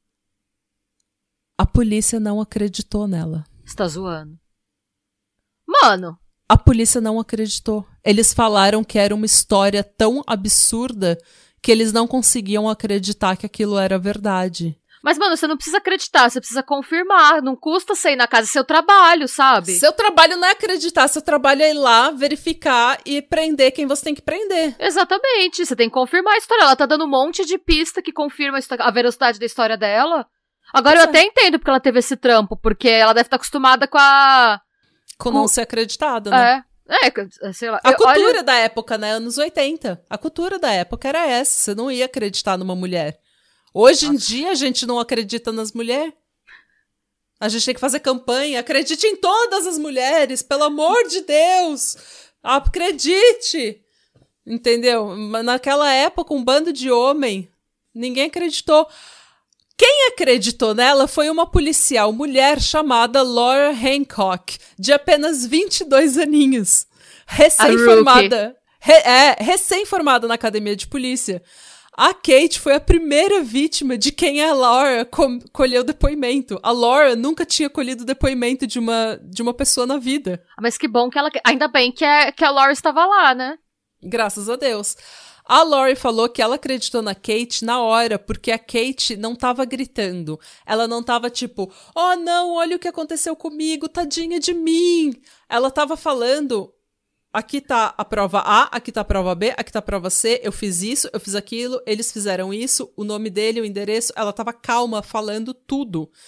A polícia não acreditou nela. Você tá zoando. Mano. A polícia não acreditou. Eles falaram que era uma história tão absurda que eles não conseguiam acreditar que aquilo era verdade. Mas, mano, você não precisa acreditar, você precisa confirmar. Não custa você ir na casa, é seu trabalho, sabe? Seu trabalho não é acreditar, seu trabalho é ir lá, verificar e prender quem você tem que prender. Exatamente, você tem que confirmar a história. Ela tá dando um monte de pista que confirma a veracidade da história dela. Agora eu até entendo porque ela teve esse trampo, porque ela deve estar acostumada com a... Com não ser acreditada, né? Sei lá. A cultura da época, né? Anos 80. A cultura da época era essa. Você não ia acreditar numa mulher. Hoje em dia, a gente não acredita nas mulheres. A gente tem que fazer campanha. Acredite em todas as mulheres, pelo amor de Deus. Acredite. Entendeu? Naquela época, um bando de homem, ninguém acreditou. Quem acreditou nela foi uma policial mulher chamada Laura Hancock, de apenas 22 aninhos. Recém-formada. Recém-formada na academia de polícia. A Kate foi a primeira vítima de quem a Laura colheu depoimento. A Laura nunca tinha colhido depoimento de uma pessoa na vida. Mas que bom que ela... Ainda bem que a Laura estava lá, né? Graças a Deus. A Laurie falou que ela acreditou na Kate na hora, porque a Kate não tava gritando. Ela não tava tipo, oh não, olha o que aconteceu comigo, tadinha de mim. Ela tava falando... Aqui tá a prova A, aqui tá a prova B, aqui tá a prova C, eu fiz isso, eu fiz aquilo, eles fizeram isso, o nome dele, o endereço, ela tava calma, falando tudo.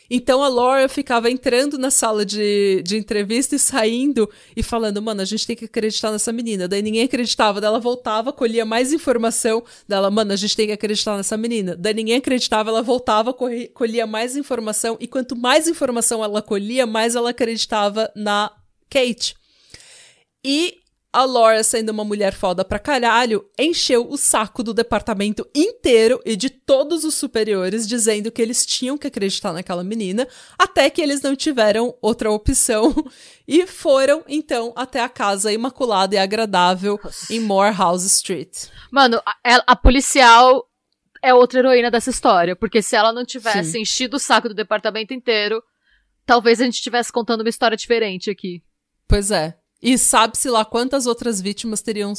Então a Laura ficava entrando na sala de entrevista e saindo e falando, mano, a gente tem que acreditar nessa menina. Daí ninguém acreditava, daí ela voltava, colhia mais informação dela, mano, a gente tem que acreditar nessa menina. Daí ninguém acreditava, ela voltava, colhia mais informação e quanto mais informação ela colhia, mais ela acreditava na Kate. E a Laura, sendo uma mulher foda pra caralho, encheu o saco do departamento inteiro e de todos os superiores, dizendo que eles tinham que acreditar naquela menina, até que eles não tiveram outra opção e foram, então, até a casa imaculada e agradável em Morehouse Street. Mano, a policial é outra heroína dessa história, porque se ela não tivesse enchido o saco do departamento inteiro, talvez a gente estivesse contando uma história diferente aqui. Pois é. E sabe-se lá quantas outras vítimas teriam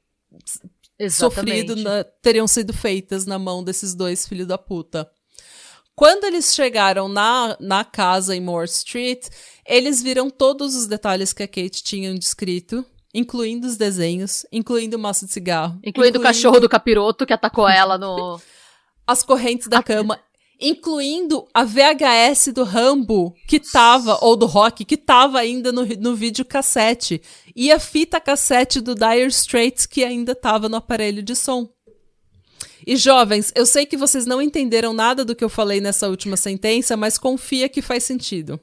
sofrido, teriam sido feitas na mão desses dois filhos da puta. Quando eles chegaram na casa em Moore Street, eles viram todos os detalhes que a Kate tinha descrito, incluindo os desenhos, incluindo o maço de cigarro. Incluindo o cachorro do capiroto que atacou ela no... As correntes da cama. Incluindo a VHS do Rambo, que tava, ou do Rock, que tava ainda no videocassete. E a fita cassete do Dire Straits, que ainda tava no aparelho de som. E jovens, eu sei que vocês não entenderam nada do que eu falei nessa última sentença, mas confia que faz sentido.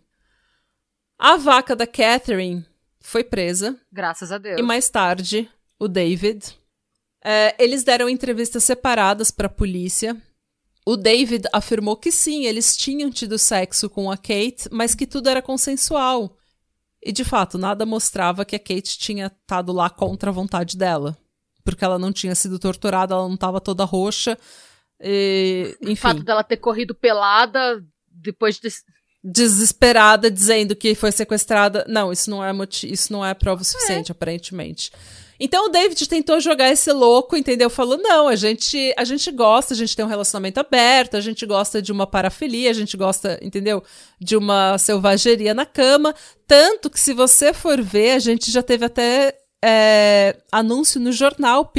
A vaca da Catherine foi presa. Graças a Deus. E mais tarde, o David. Eles deram entrevistas separadas pra polícia. O David afirmou que sim, eles tinham tido sexo com a Kate, mas que tudo era consensual. E, de fato, nada mostrava que a Kate tinha estado lá contra a vontade dela. Porque ela não tinha sido torturada, ela não estava toda roxa. Enfim. O fato dela ter corrido pelada depois de... Desesperada, dizendo que foi sequestrada. Não, isso não é prova suficiente, aparentemente. Então o David tentou jogar esse louco, entendeu? Falou, não, a gente gosta, a gente tem um relacionamento aberto, a gente gosta de uma parafilia, a gente gosta, entendeu? De uma selvageria na cama. Tanto que se você for ver, a gente já teve até anúncio no jornal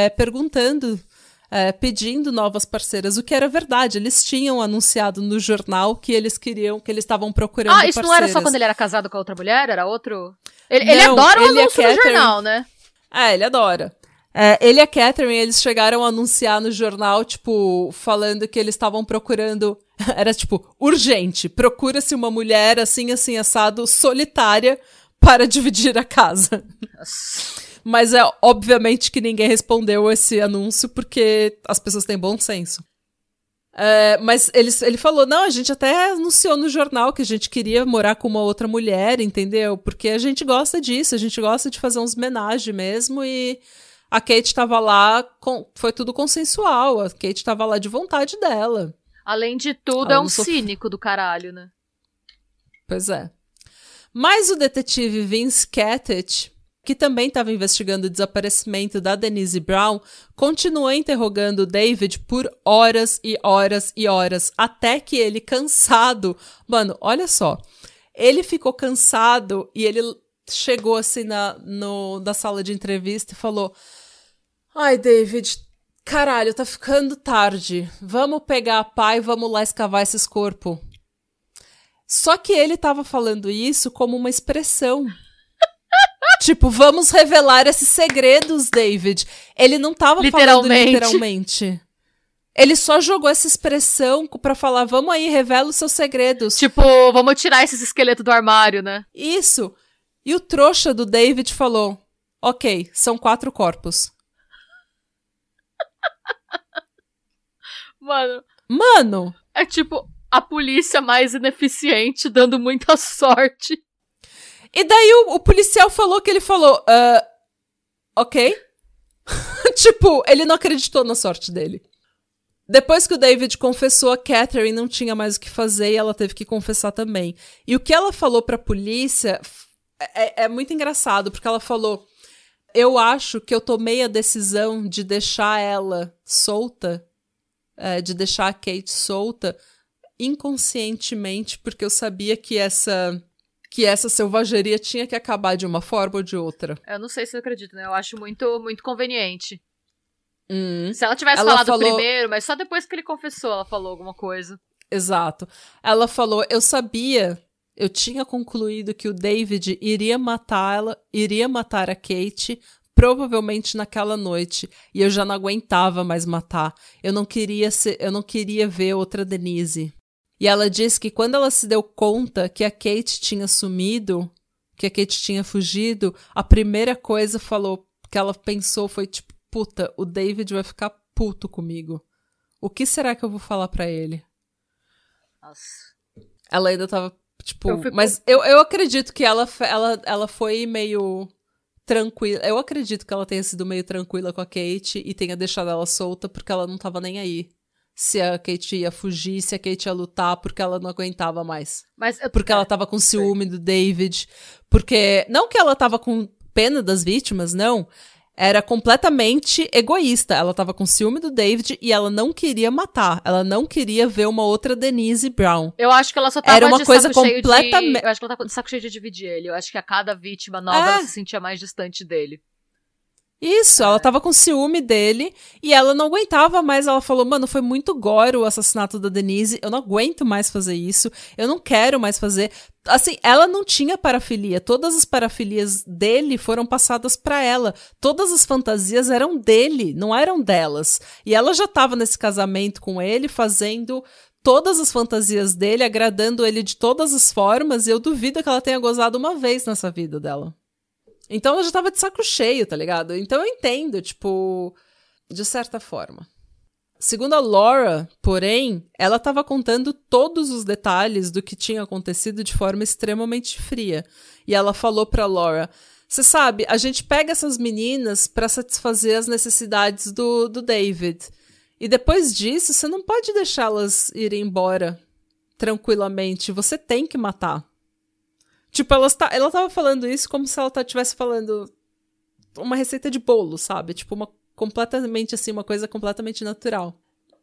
pedindo novas parceiras, o que era verdade. Eles tinham anunciado no jornal que eles estavam procurando parceiras. Ah, isso não era só quando ele era casado com a outra mulher? Era outro? Ele adora o anúncio no jornal, né? Ele adora. Ele e a Catherine, eles chegaram a anunciar no jornal, tipo, falando que eles estavam procurando... Era, tipo, urgente. Procura-se uma mulher, assim, assado, solitária, para dividir a casa. Mas obviamente que ninguém respondeu esse anúncio, porque as pessoas têm bom senso. Mas ele falou, não, a gente até anunciou no jornal que a gente queria morar com uma outra mulher, entendeu? Porque a gente gosta disso, a gente gosta de fazer uns homenagem mesmo, e a Kate tava lá, foi tudo consensual, a Kate tava lá de vontade dela. Além de tudo, é um cínico do caralho, né? Pois é. Mas o detetive Vince Kettich, que também estava investigando o desaparecimento da Denise Brown, continuou interrogando o David por horas e horas e horas, até que ele, cansado... Mano, olha só. Ele ficou cansado e ele chegou assim na sala de entrevista e falou: ai, David, caralho, tá ficando tarde. Vamos pegar a pá e vamos lá escavar esses corpos. Só que ele tava falando isso como uma expressão. Tipo, vamos revelar esses segredos, David. Ele não tava falando literalmente. Ele só jogou essa expressão pra falar, vamos aí, revela os seus segredos. Tipo, vamos tirar esses esqueletos do armário, né? Isso. E o trouxa do David falou, ok, são 4 corpos. Mano. É tipo, a polícia mais ineficiente, dando muita sorte. E daí o policial falou que ele falou, ok. Tipo, ele não acreditou na sorte dele. Depois que o David confessou, a Catherine não tinha mais o que fazer e ela teve que confessar também. E o que ela falou pra polícia é muito engraçado, porque ela falou, eu acho que eu tomei a decisão de deixar ela solta, de deixar a Kate solta, inconscientemente, porque eu sabia que essa selvageria tinha que acabar de uma forma ou de outra. Eu não sei se eu acredito, né? Eu acho muito, muito conveniente. Se ela tivesse falado primeiro, mas só depois que ele confessou ela falou alguma coisa. Exato. Ela falou, eu tinha concluído que o David iria matar a Kate, provavelmente naquela noite, e eu já não aguentava mais matar. Eu não queria ver outra Denise. E ela disse que quando ela se deu conta que a Kate tinha sumido, que a Kate tinha fugido, a primeira coisa que ela pensou foi tipo, puta, o David vai ficar puto comigo. O que será que eu vou falar pra ele? Nossa. Ela ainda tava, tipo... Mas eu acredito que ela foi meio tranquila. Eu acredito que ela tenha sido meio tranquila com a Kate e tenha deixado ela solta porque ela não tava nem aí. Se a Kate ia fugir, se a Kate ia lutar, porque ela não aguentava mais. Porque ela tava com ciúme do David. Porque... Não que ela tava com pena das vítimas, não. Era completamente egoísta. Ela tava com ciúme do David e ela não queria matar. Ela não queria ver uma outra Denise Brown. Eu acho que ela só tava Era uma de coisa saco cheio completamente... Eu acho que ela tava de saco cheio de dividir ele. Eu acho que a cada vítima nova ela se sentia mais distante dele. Isso, ela tava com ciúme dele e ela não aguentava mais. Ela falou, mano, foi muito gore o assassinato da Denise, eu não aguento mais fazer isso, eu não quero mais fazer. Assim, ela não tinha parafilia, todas as parafilias dele foram passadas pra ela, todas as fantasias eram dele, não eram delas. E ela já tava nesse casamento com ele, fazendo todas as fantasias dele, agradando ele de todas as formas, e eu duvido que ela tenha gozado uma vez nessa vida dela. Então ela já tava de saco cheio, tá ligado? Então eu entendo, tipo, de certa forma. Segundo a Laura, porém, ela tava contando todos os detalhes do que tinha acontecido de forma extremamente fria. E ela falou pra Laura, você sabe, a gente pega essas meninas pra satisfazer as necessidades do David. E depois disso, você não pode deixá-las irem embora tranquilamente. Você tem que matar. Tipo, ela tava falando isso como se ela estivesse falando uma receita de bolo, sabe? Tipo, uma coisa completamente natural.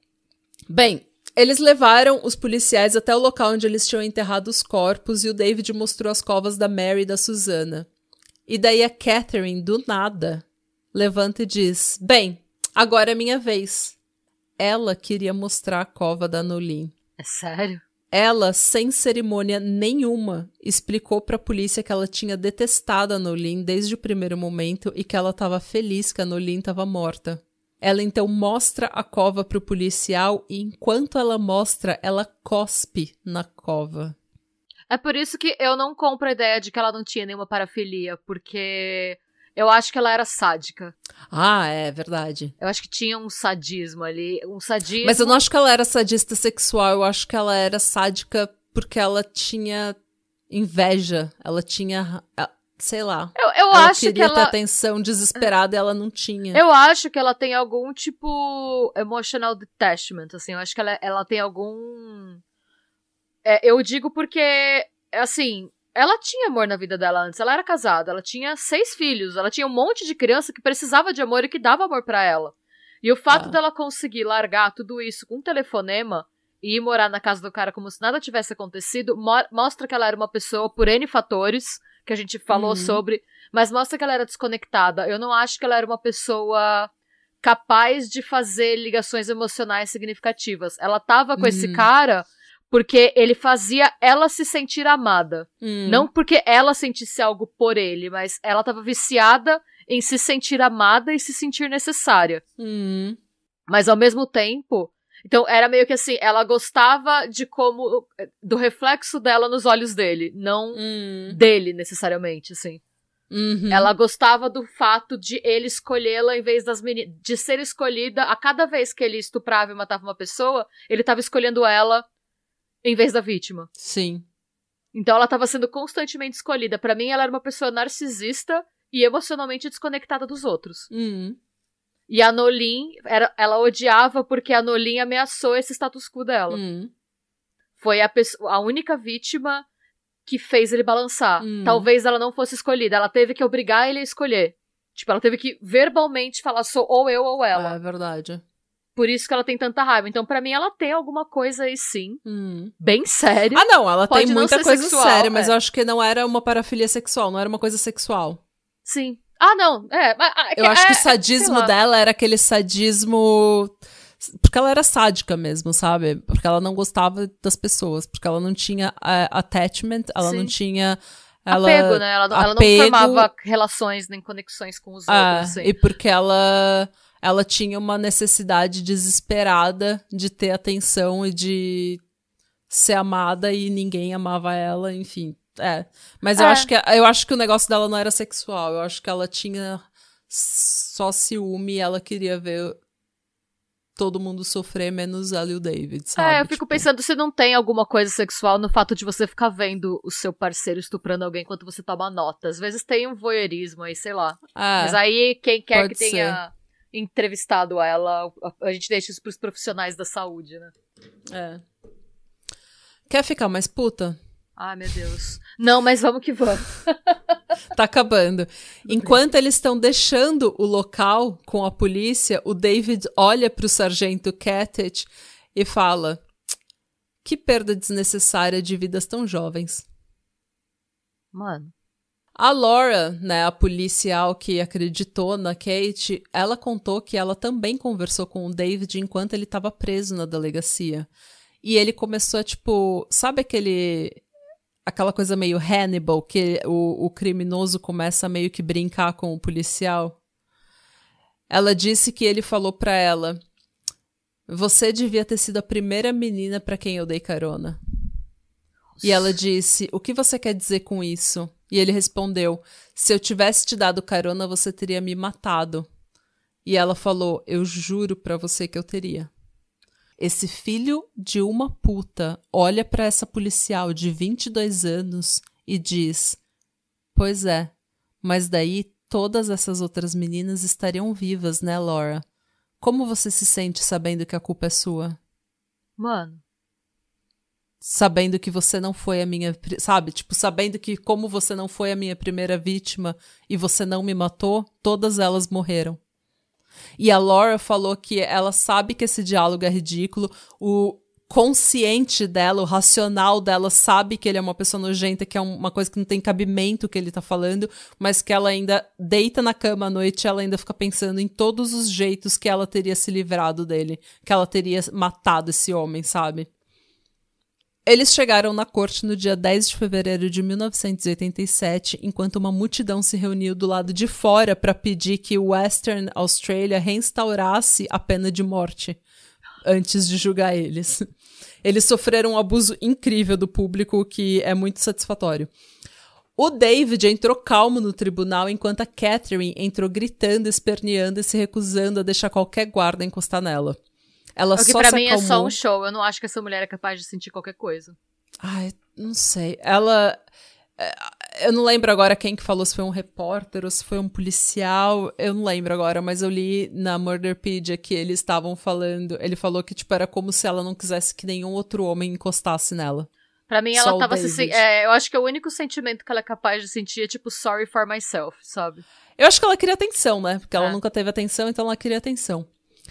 Bem, eles levaram os policiais até o local onde eles tinham enterrado os corpos e o David mostrou as covas da Mary e da Susana. E daí a Catherine, do nada, levanta e diz, bem, agora é minha vez. Ela queria mostrar a cova da Nolene. É sério? Ela, sem cerimônia nenhuma, explicou pra polícia que ela tinha detestado a Nolene desde o primeiro momento e que ela estava feliz que a Nolene estava morta. Ela então mostra a cova pro policial e enquanto ela mostra, ela cospe na cova. É por isso que eu não compro a ideia de que ela não tinha nenhuma parafilia, porque eu acho que ela era sádica. Ah, é verdade. Eu acho que tinha um sadismo ali, Mas eu não acho que ela era sadista sexual, eu acho que ela era sádica porque ela tinha inveja, ela tinha, sei lá. Ela acho queria que ela ter atenção desesperada e ela não tinha. Eu acho que ela tem algum tipo emotional detachment, assim, eu acho que ela tem algum... eu digo porque, assim... Ela tinha amor na vida dela antes, ela era casada, ela tinha 6 filhos, ela tinha um monte de criança que precisava de amor e que dava amor pra ela. E o fato dela conseguir largar tudo isso com um telefonema e ir morar na casa do cara como se nada tivesse acontecido, mostra que ela era uma pessoa por N fatores, que a gente falou sobre, mas mostra que ela era desconectada. Eu não acho que ela era uma pessoa capaz de fazer ligações emocionais significativas. Ela tava com esse cara... Porque ele fazia ela se sentir amada. Não porque ela sentisse algo por ele, mas ela tava viciada em se sentir amada e se sentir necessária. Mas ao mesmo tempo... Então era meio que assim, ela gostava do reflexo dela nos olhos dele, não dele necessariamente, assim. Ela gostava do fato de ele escolhê-la em vez das meninas... De ser escolhida, a cada vez que ele estuprava e matava uma pessoa, ele tava escolhendo ela em vez da vítima. Sim. Então ela tava sendo constantemente escolhida. Pra mim, ela era uma pessoa narcisista e emocionalmente desconectada dos outros. E a Nolene, ela odiava porque a Nolene ameaçou esse status quo dela. Foi a única vítima que fez ele balançar. Talvez ela não fosse escolhida. Ela teve que obrigar ele a escolher. Tipo, ela teve que verbalmente falar, sou ou eu ou ela. É verdade. Por isso que ela tem tanta raiva. Então, pra mim, ela tem alguma coisa aí, sim. Bem séria. Ah, não, ela Pode tem não muita ser coisa sexual, séria, mas eu acho que não era uma parafilia sexual, não era uma coisa sexual. Sim. Ah, não. Eu acho que o sadismo dela era aquele sadismo Porque ela era sádica mesmo, sabe? Porque ela não gostava das pessoas, porque ela não tinha attachment, ela não tinha... apego, né? Ela não formava relações nem conexões com os outros. Assim. E porque ela tinha uma necessidade desesperada de ter atenção e de ser amada e ninguém amava ela, enfim. Mas eu acho que o negócio dela não era sexual. Eu acho que ela tinha só ciúme e ela queria ver todo mundo sofrer, menos ela e o David, sabe? Eu fico pensando se não tem alguma coisa sexual no fato de você ficar vendo o seu parceiro estuprando alguém enquanto você toma nota. Às vezes tem um voyeurismo aí, sei lá. Mas aí, quem quer que tenha entrevistado ela, a gente deixa isso pros profissionais da saúde, né? Quer ficar mais puta? Ai, meu Deus. Não, mas vamos que vamos. Tá acabando. Enquanto eles estão deixando o local com a polícia, o David olha pro sargento Kettich e fala: que perda desnecessária de vidas tão jovens. Mano. A Laura, né, a policial que acreditou na Kate, ela contou que ela também conversou com o David enquanto ele estava preso na delegacia. E ele começou a, tipo, sabe aquela coisa meio Hannibal, que o criminoso começa a meio que brincar com o policial? Ela disse que ele falou pra ela: você devia ter sido a primeira menina pra quem eu dei carona. E ela disse: o que você quer dizer com isso? E ele respondeu: se eu tivesse te dado carona, você teria me matado. E ela falou: eu juro pra você que eu teria. Esse filho de uma puta olha pra essa policial de 22 anos e diz: pois é, mas daí todas essas outras meninas estariam vivas, né, Laura? Como você se sente sabendo que a culpa é sua? Mano. Sabendo que você não foi a minha... Sabe? Tipo, sabendo que como você não foi a minha primeira vítima e você não me matou, todas elas morreram. E a Laura falou que ela sabe que esse diálogo é ridículo, o consciente dela, o racional dela sabe que ele é uma pessoa nojenta, que é uma coisa que não tem cabimento que ele tá falando, mas que ela ainda deita na cama à noite e ela ainda fica pensando em todos os jeitos que ela teria se livrado dele, que ela teria matado esse homem, sabe? Eles chegaram na corte no dia 10 de fevereiro de 1987, enquanto uma multidão se reuniu do lado de fora para pedir que Western Australia reinstaurasse a pena de morte antes de julgar eles. Eles sofreram um abuso incrível do público, o que é muito satisfatório. O David entrou calmo no tribunal, enquanto a Catherine entrou gritando, esperneando e se recusando a deixar qualquer guarda encostar nela. Ela o que só pra se mim acalmou. É só um show. Eu não acho que essa mulher é capaz de sentir qualquer coisa. Ai, não sei. Ela... Eu não lembro agora quem que falou, se foi um repórter ou se foi um policial. Eu não lembro agora, mas eu li na Murderpedia que eles estavam falando... Ele falou que, tipo, era como se ela não quisesse que nenhum outro homem encostasse nela. Pra mim, Só ela o tava David. eu acho que o único sentimento que ela é capaz de sentir é, tipo, sorry for myself, sabe? Eu acho que ela queria atenção, né? Porque ela nunca teve atenção, então ela queria atenção.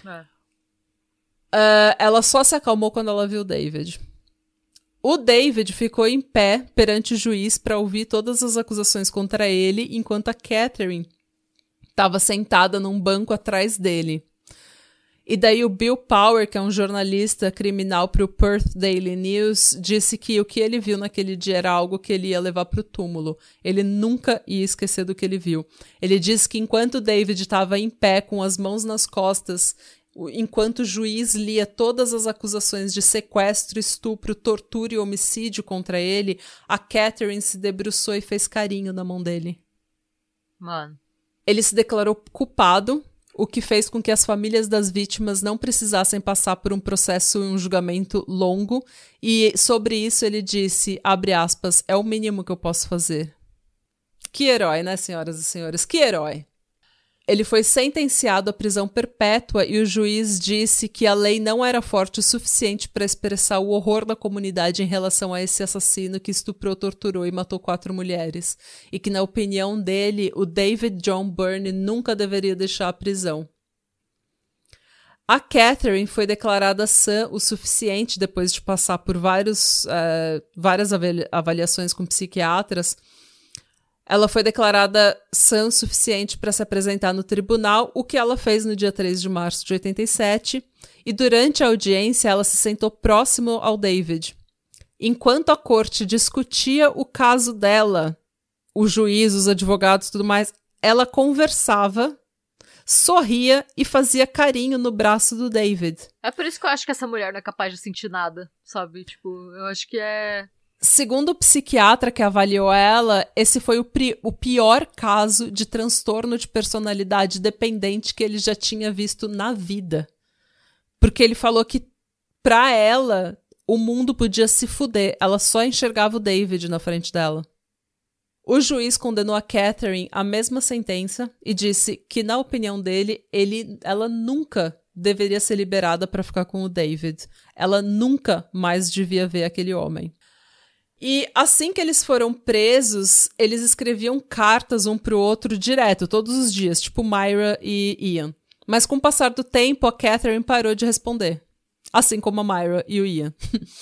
Ela só se acalmou quando ela viu o David. O David ficou em pé perante o juiz para ouvir todas as acusações contra ele, enquanto a Catherine estava sentada num banco atrás dele. E daí o Bill Power, que é um jornalista criminal para o Perth Daily News, disse que o que ele viu naquele dia era algo que ele ia levar para o túmulo. Ele nunca ia esquecer do que ele viu. Ele disse que enquanto o David estava em pé, com as mãos nas costas, enquanto o juiz lia todas as acusações de sequestro, estupro, tortura e homicídio contra ele, a Catherine se debruçou e fez carinho na mão dele. Mano. Ele se declarou culpado, o que fez com que as famílias das vítimas não precisassem passar por um processo e um julgamento longo, e sobre isso ele disse, abre aspas, é o mínimo que eu posso fazer. Que herói, né, senhoras e senhores? Que herói! Ele foi sentenciado à prisão perpétua e o juiz disse que a lei não era forte o suficiente para expressar o horror da comunidade em relação a esse assassino que estuprou, torturou e matou 4 mulheres. E que, na opinião dele, o David John Byrne nunca deveria deixar a prisão. A Catherine foi declarada sã o suficiente depois de passar por várias avaliações com psiquiatras. Ela foi declarada sã o suficiente para se apresentar no tribunal, o que ela fez no dia 3 de março de 87, e durante a audiência ela se sentou próximo ao David. Enquanto a corte discutia o caso dela, o juiz, os advogados e tudo mais, ela conversava, sorria e fazia carinho no braço do David. É por isso que eu acho que essa mulher não é capaz de sentir nada, sabe? Tipo, eu acho que é... Segundo o psiquiatra que avaliou ela, esse foi o pior caso de transtorno de personalidade dependente que ele já tinha visto na vida. Porque ele falou que, pra ela, o mundo podia se fuder. Ela só enxergava o David na frente dela. O juiz condenou a Catherine à mesma sentença e disse que, na opinião dele, ela nunca deveria ser liberada para ficar com o David. Ela nunca mais devia ver aquele homem. E assim que eles foram presos, eles escreviam cartas um pro outro direto, todos os dias, tipo Myra e Ian. Mas com o passar do tempo, a Catherine parou de responder. Assim como a Myra e o Ian.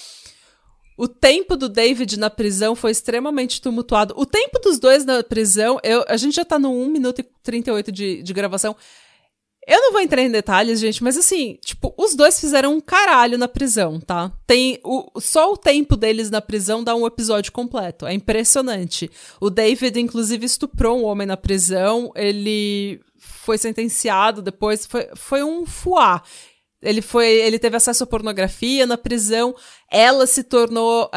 O tempo do David na prisão foi extremamente tumultuado. O tempo dos dois na prisão, a gente já tá no 1 minuto e 38 de gravação. Eu não vou entrar em detalhes, gente, mas assim, tipo, os dois fizeram um caralho na prisão, tá? Só o tempo deles na prisão dá um episódio completo. É impressionante. O David, inclusive, estuprou um homem na prisão. Ele foi sentenciado depois. Foi um fuá. Ele teve acesso à pornografia na prisão. Ela se tornou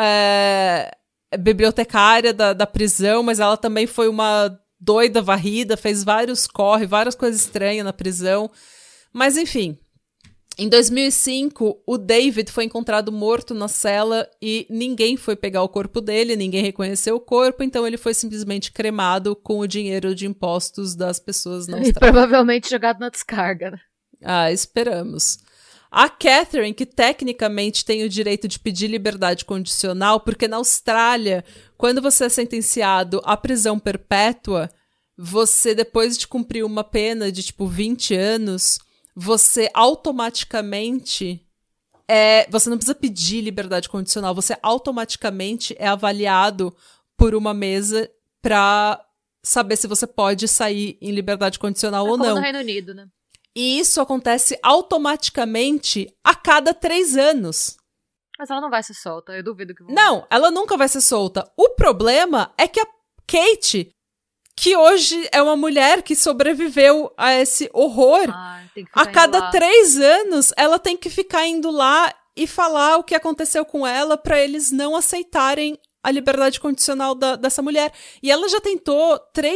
bibliotecária da prisão, mas ela também foi uma doida varrida, fez várias coisas estranhas na prisão. Mas, enfim, em 2005, o David foi encontrado morto na cela e ninguém foi pegar o corpo dele, ninguém reconheceu o corpo, então ele foi simplesmente cremado com o dinheiro de impostos das pessoas na Austrália. E provavelmente jogado na descarga, né? Ah, esperamos. A Catherine, que tecnicamente tem o direito de pedir liberdade condicional, porque na Austrália, quando você é sentenciado à prisão perpétua, você, depois de cumprir uma pena de, 20 anos, você automaticamente... você não precisa pedir liberdade condicional, você automaticamente é avaliado por uma mesa pra saber se você pode sair em liberdade condicional ou não. Como no Reino Unido, né? E isso acontece automaticamente a cada 3 anos. Mas ela não vai ser solta, eu duvido que... Não, ela nunca vai ser solta. O problema é que a Kate, que hoje é uma mulher que sobreviveu a esse horror, a cada 3 anos ela tem que ficar indo lá e falar o que aconteceu com ela pra eles não aceitarem a liberdade condicional dessa mulher. E ela já tentou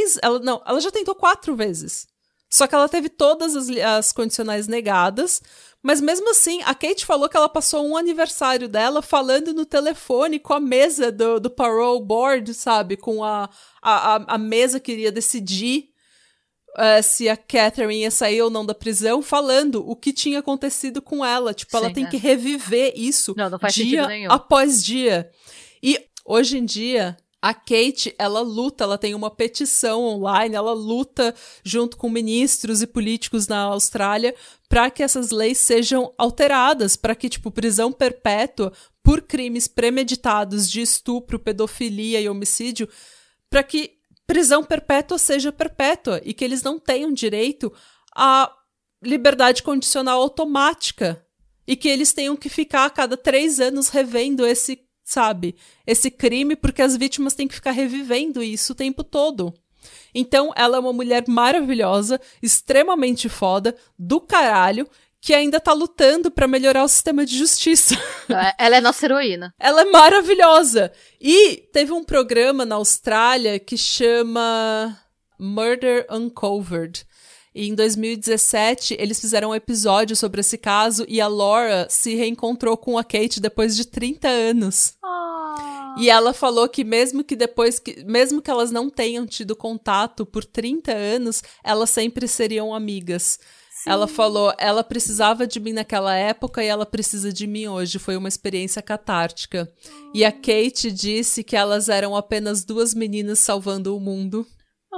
4 vezes. Só que ela teve todas as condicionais negadas, mas mesmo assim, a Kate falou que ela passou um aniversário dela falando no telefone com a mesa do parole board, sabe? Com a mesa que iria decidir se a Catherine ia sair ou não da prisão, falando o que tinha acontecido com ela. Tipo, ela tem que reviver isso não faz dia sentido nenhum. Após dia. E hoje em dia... A Kate, ela luta, ela tem uma petição online, ela luta junto com ministros e políticos na Austrália para que essas leis sejam alteradas, para que, prisão perpétua por crimes premeditados de estupro, pedofilia e homicídio, para que prisão perpétua seja perpétua e que eles não tenham direito à liberdade condicional automática e que eles tenham que ficar a cada 3 anos revendo esse crime, porque as vítimas têm que ficar revivendo isso o tempo todo. Então, ela é uma mulher maravilhosa, extremamente foda, do caralho, que ainda tá lutando pra melhorar o sistema de justiça. Ela é nossa heroína. Ela é maravilhosa. E teve um programa na Austrália que chama Murder Uncovered. E em 2017, eles fizeram um episódio sobre esse caso e a Laura se reencontrou com a Kate depois de 30 anos. Oh. E ela falou que mesmo que elas não tenham tido contato por 30 anos, elas sempre seriam amigas. Sim. Ela falou, ela precisava de mim naquela época e ela precisa de mim hoje. Foi uma experiência catártica. E a Kate disse que elas eram apenas 2 meninas salvando o mundo.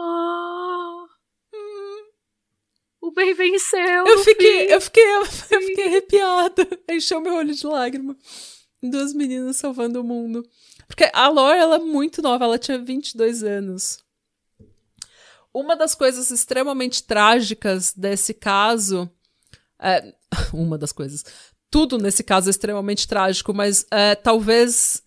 O bem venceu. Eu fiquei arrepiada. Encheu meu olho de lágrima. 2 meninas salvando o mundo. Porque a Laura, ela é muito nova. Ela tinha 22 anos. Uma das coisas extremamente trágicas desse caso... uma das coisas... Tudo nesse caso é extremamente trágico, mas talvez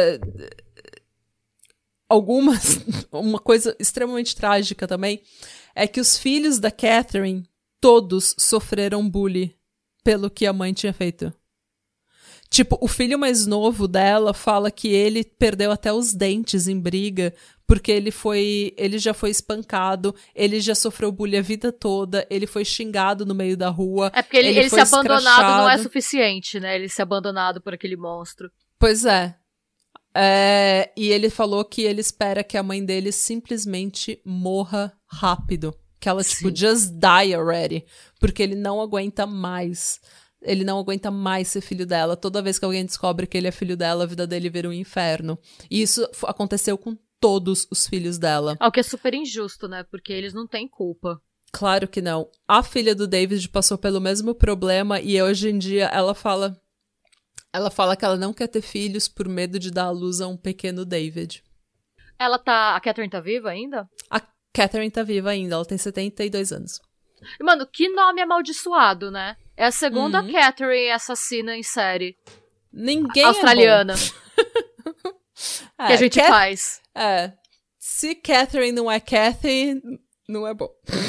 uma coisa extremamente trágica também é que os filhos da Catherine todos sofreram bullying pelo que a mãe tinha feito. Tipo, o filho mais novo dela fala que ele perdeu até os dentes em briga, porque ele já foi espancado, ele já sofreu bullying a vida toda, ele foi xingado no meio da rua. É porque ele foi ser abandonado escrachado. não é suficiente, né? Ele ser abandonado por aquele monstro. Pois é. E ele falou que ele espera que a mãe dele simplesmente morra rápido. Que ela, tipo, just die already. Porque ele não aguenta mais. Ele não aguenta mais ser filho dela. Toda vez que alguém descobre que ele é filho dela, a vida dele vira um inferno. E isso aconteceu com todos os filhos dela. O que é super injusto, né? Porque eles não têm culpa. Claro que não. A filha do David passou pelo mesmo problema e hoje em dia ela fala que ela não quer ter filhos por medo de dar à luz a um pequeno David. A Catherine tá viva ainda? A Catherine tá viva ainda, ela tem 72 anos. Mano, que nome amaldiçoado, né? É a segunda Catherine assassina em série. Ninguém australiana. É que a gente faz. Se Catherine não é Cathy, não é bom.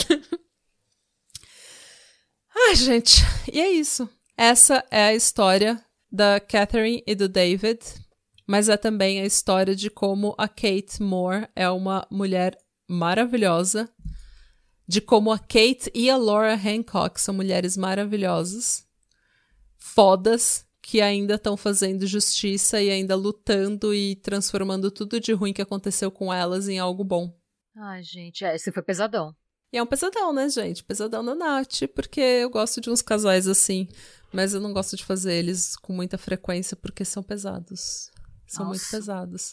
Ai, gente, e é isso. Essa é a história da Catherine e do David, mas é também a história de como a Kate Moore é uma mulher maravilhosa, de como a Kate e a Laura Hancock são mulheres maravilhosas, fodas, que ainda estão fazendo justiça e ainda lutando e transformando tudo de ruim que aconteceu com elas em algo bom. Ai, gente, esse foi pesadão. E é um pesadão, né, gente? Pesadão na Nath, porque eu gosto de uns casais assim, mas eu não gosto de fazer eles com muita frequência porque são pesados. São muito pesados.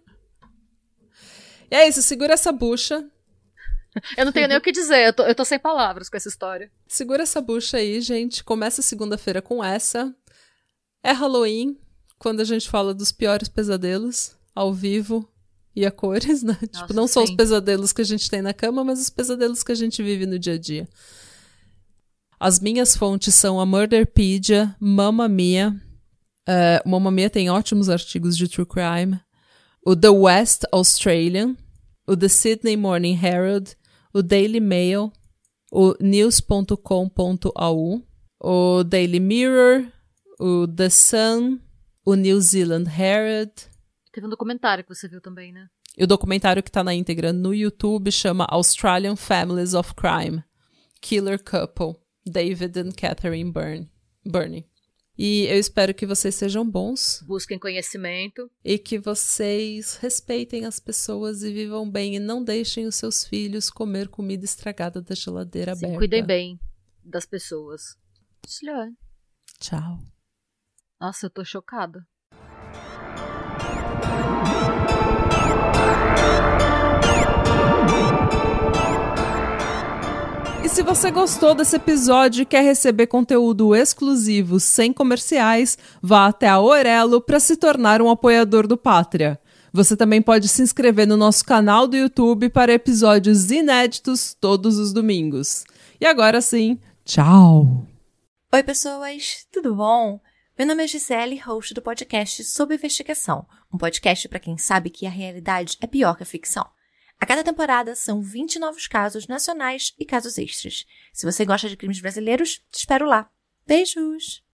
E é isso, segura essa bucha. Eu não tenho nem o que dizer, eu tô sem palavras com essa história. Segura essa bucha aí, gente. Começa segunda-feira com essa. É Halloween, quando a gente fala dos piores pesadelos, ao vivo e a cores, né? Nossa, tipo, não só os sim. pesadelos que a gente tem na cama, mas os pesadelos que a gente vive no dia a dia. As minhas fontes são a Murderpedia, Mamma Mia. Mamma Mia tem ótimos artigos de true crime. O The West Australian, o The Sydney Morning Herald, o Daily Mail, o news.com.au, o Daily Mirror, o The Sun, o New Zealand Herald. Teve um documentário que você viu também, né? E o documentário que tá na íntegra no YouTube chama Australian Families of Crime, Killer Couple, David and Catherine Burney. E eu espero que vocês sejam bons. Busquem conhecimento. E que vocês respeitem as pessoas e vivam bem e não deixem os seus filhos comer comida estragada da geladeira aberta. Cuidem bem das pessoas. Tchau. Nossa, eu tô chocada. E se você gostou desse episódio e quer receber conteúdo exclusivo sem comerciais, vá até a Orelo para se tornar um apoiador do Pátria. Você também pode se inscrever no nosso canal do YouTube para episódios inéditos todos os domingos. E agora sim, tchau! Oi, pessoas, tudo bom? Meu nome é Gisele, host do podcast Sob Investigação, um podcast para quem sabe que a realidade é pior que a ficção. A cada temporada são 20 novos casos nacionais e casos extras. Se você gosta de crimes brasileiros, te espero lá. Beijos!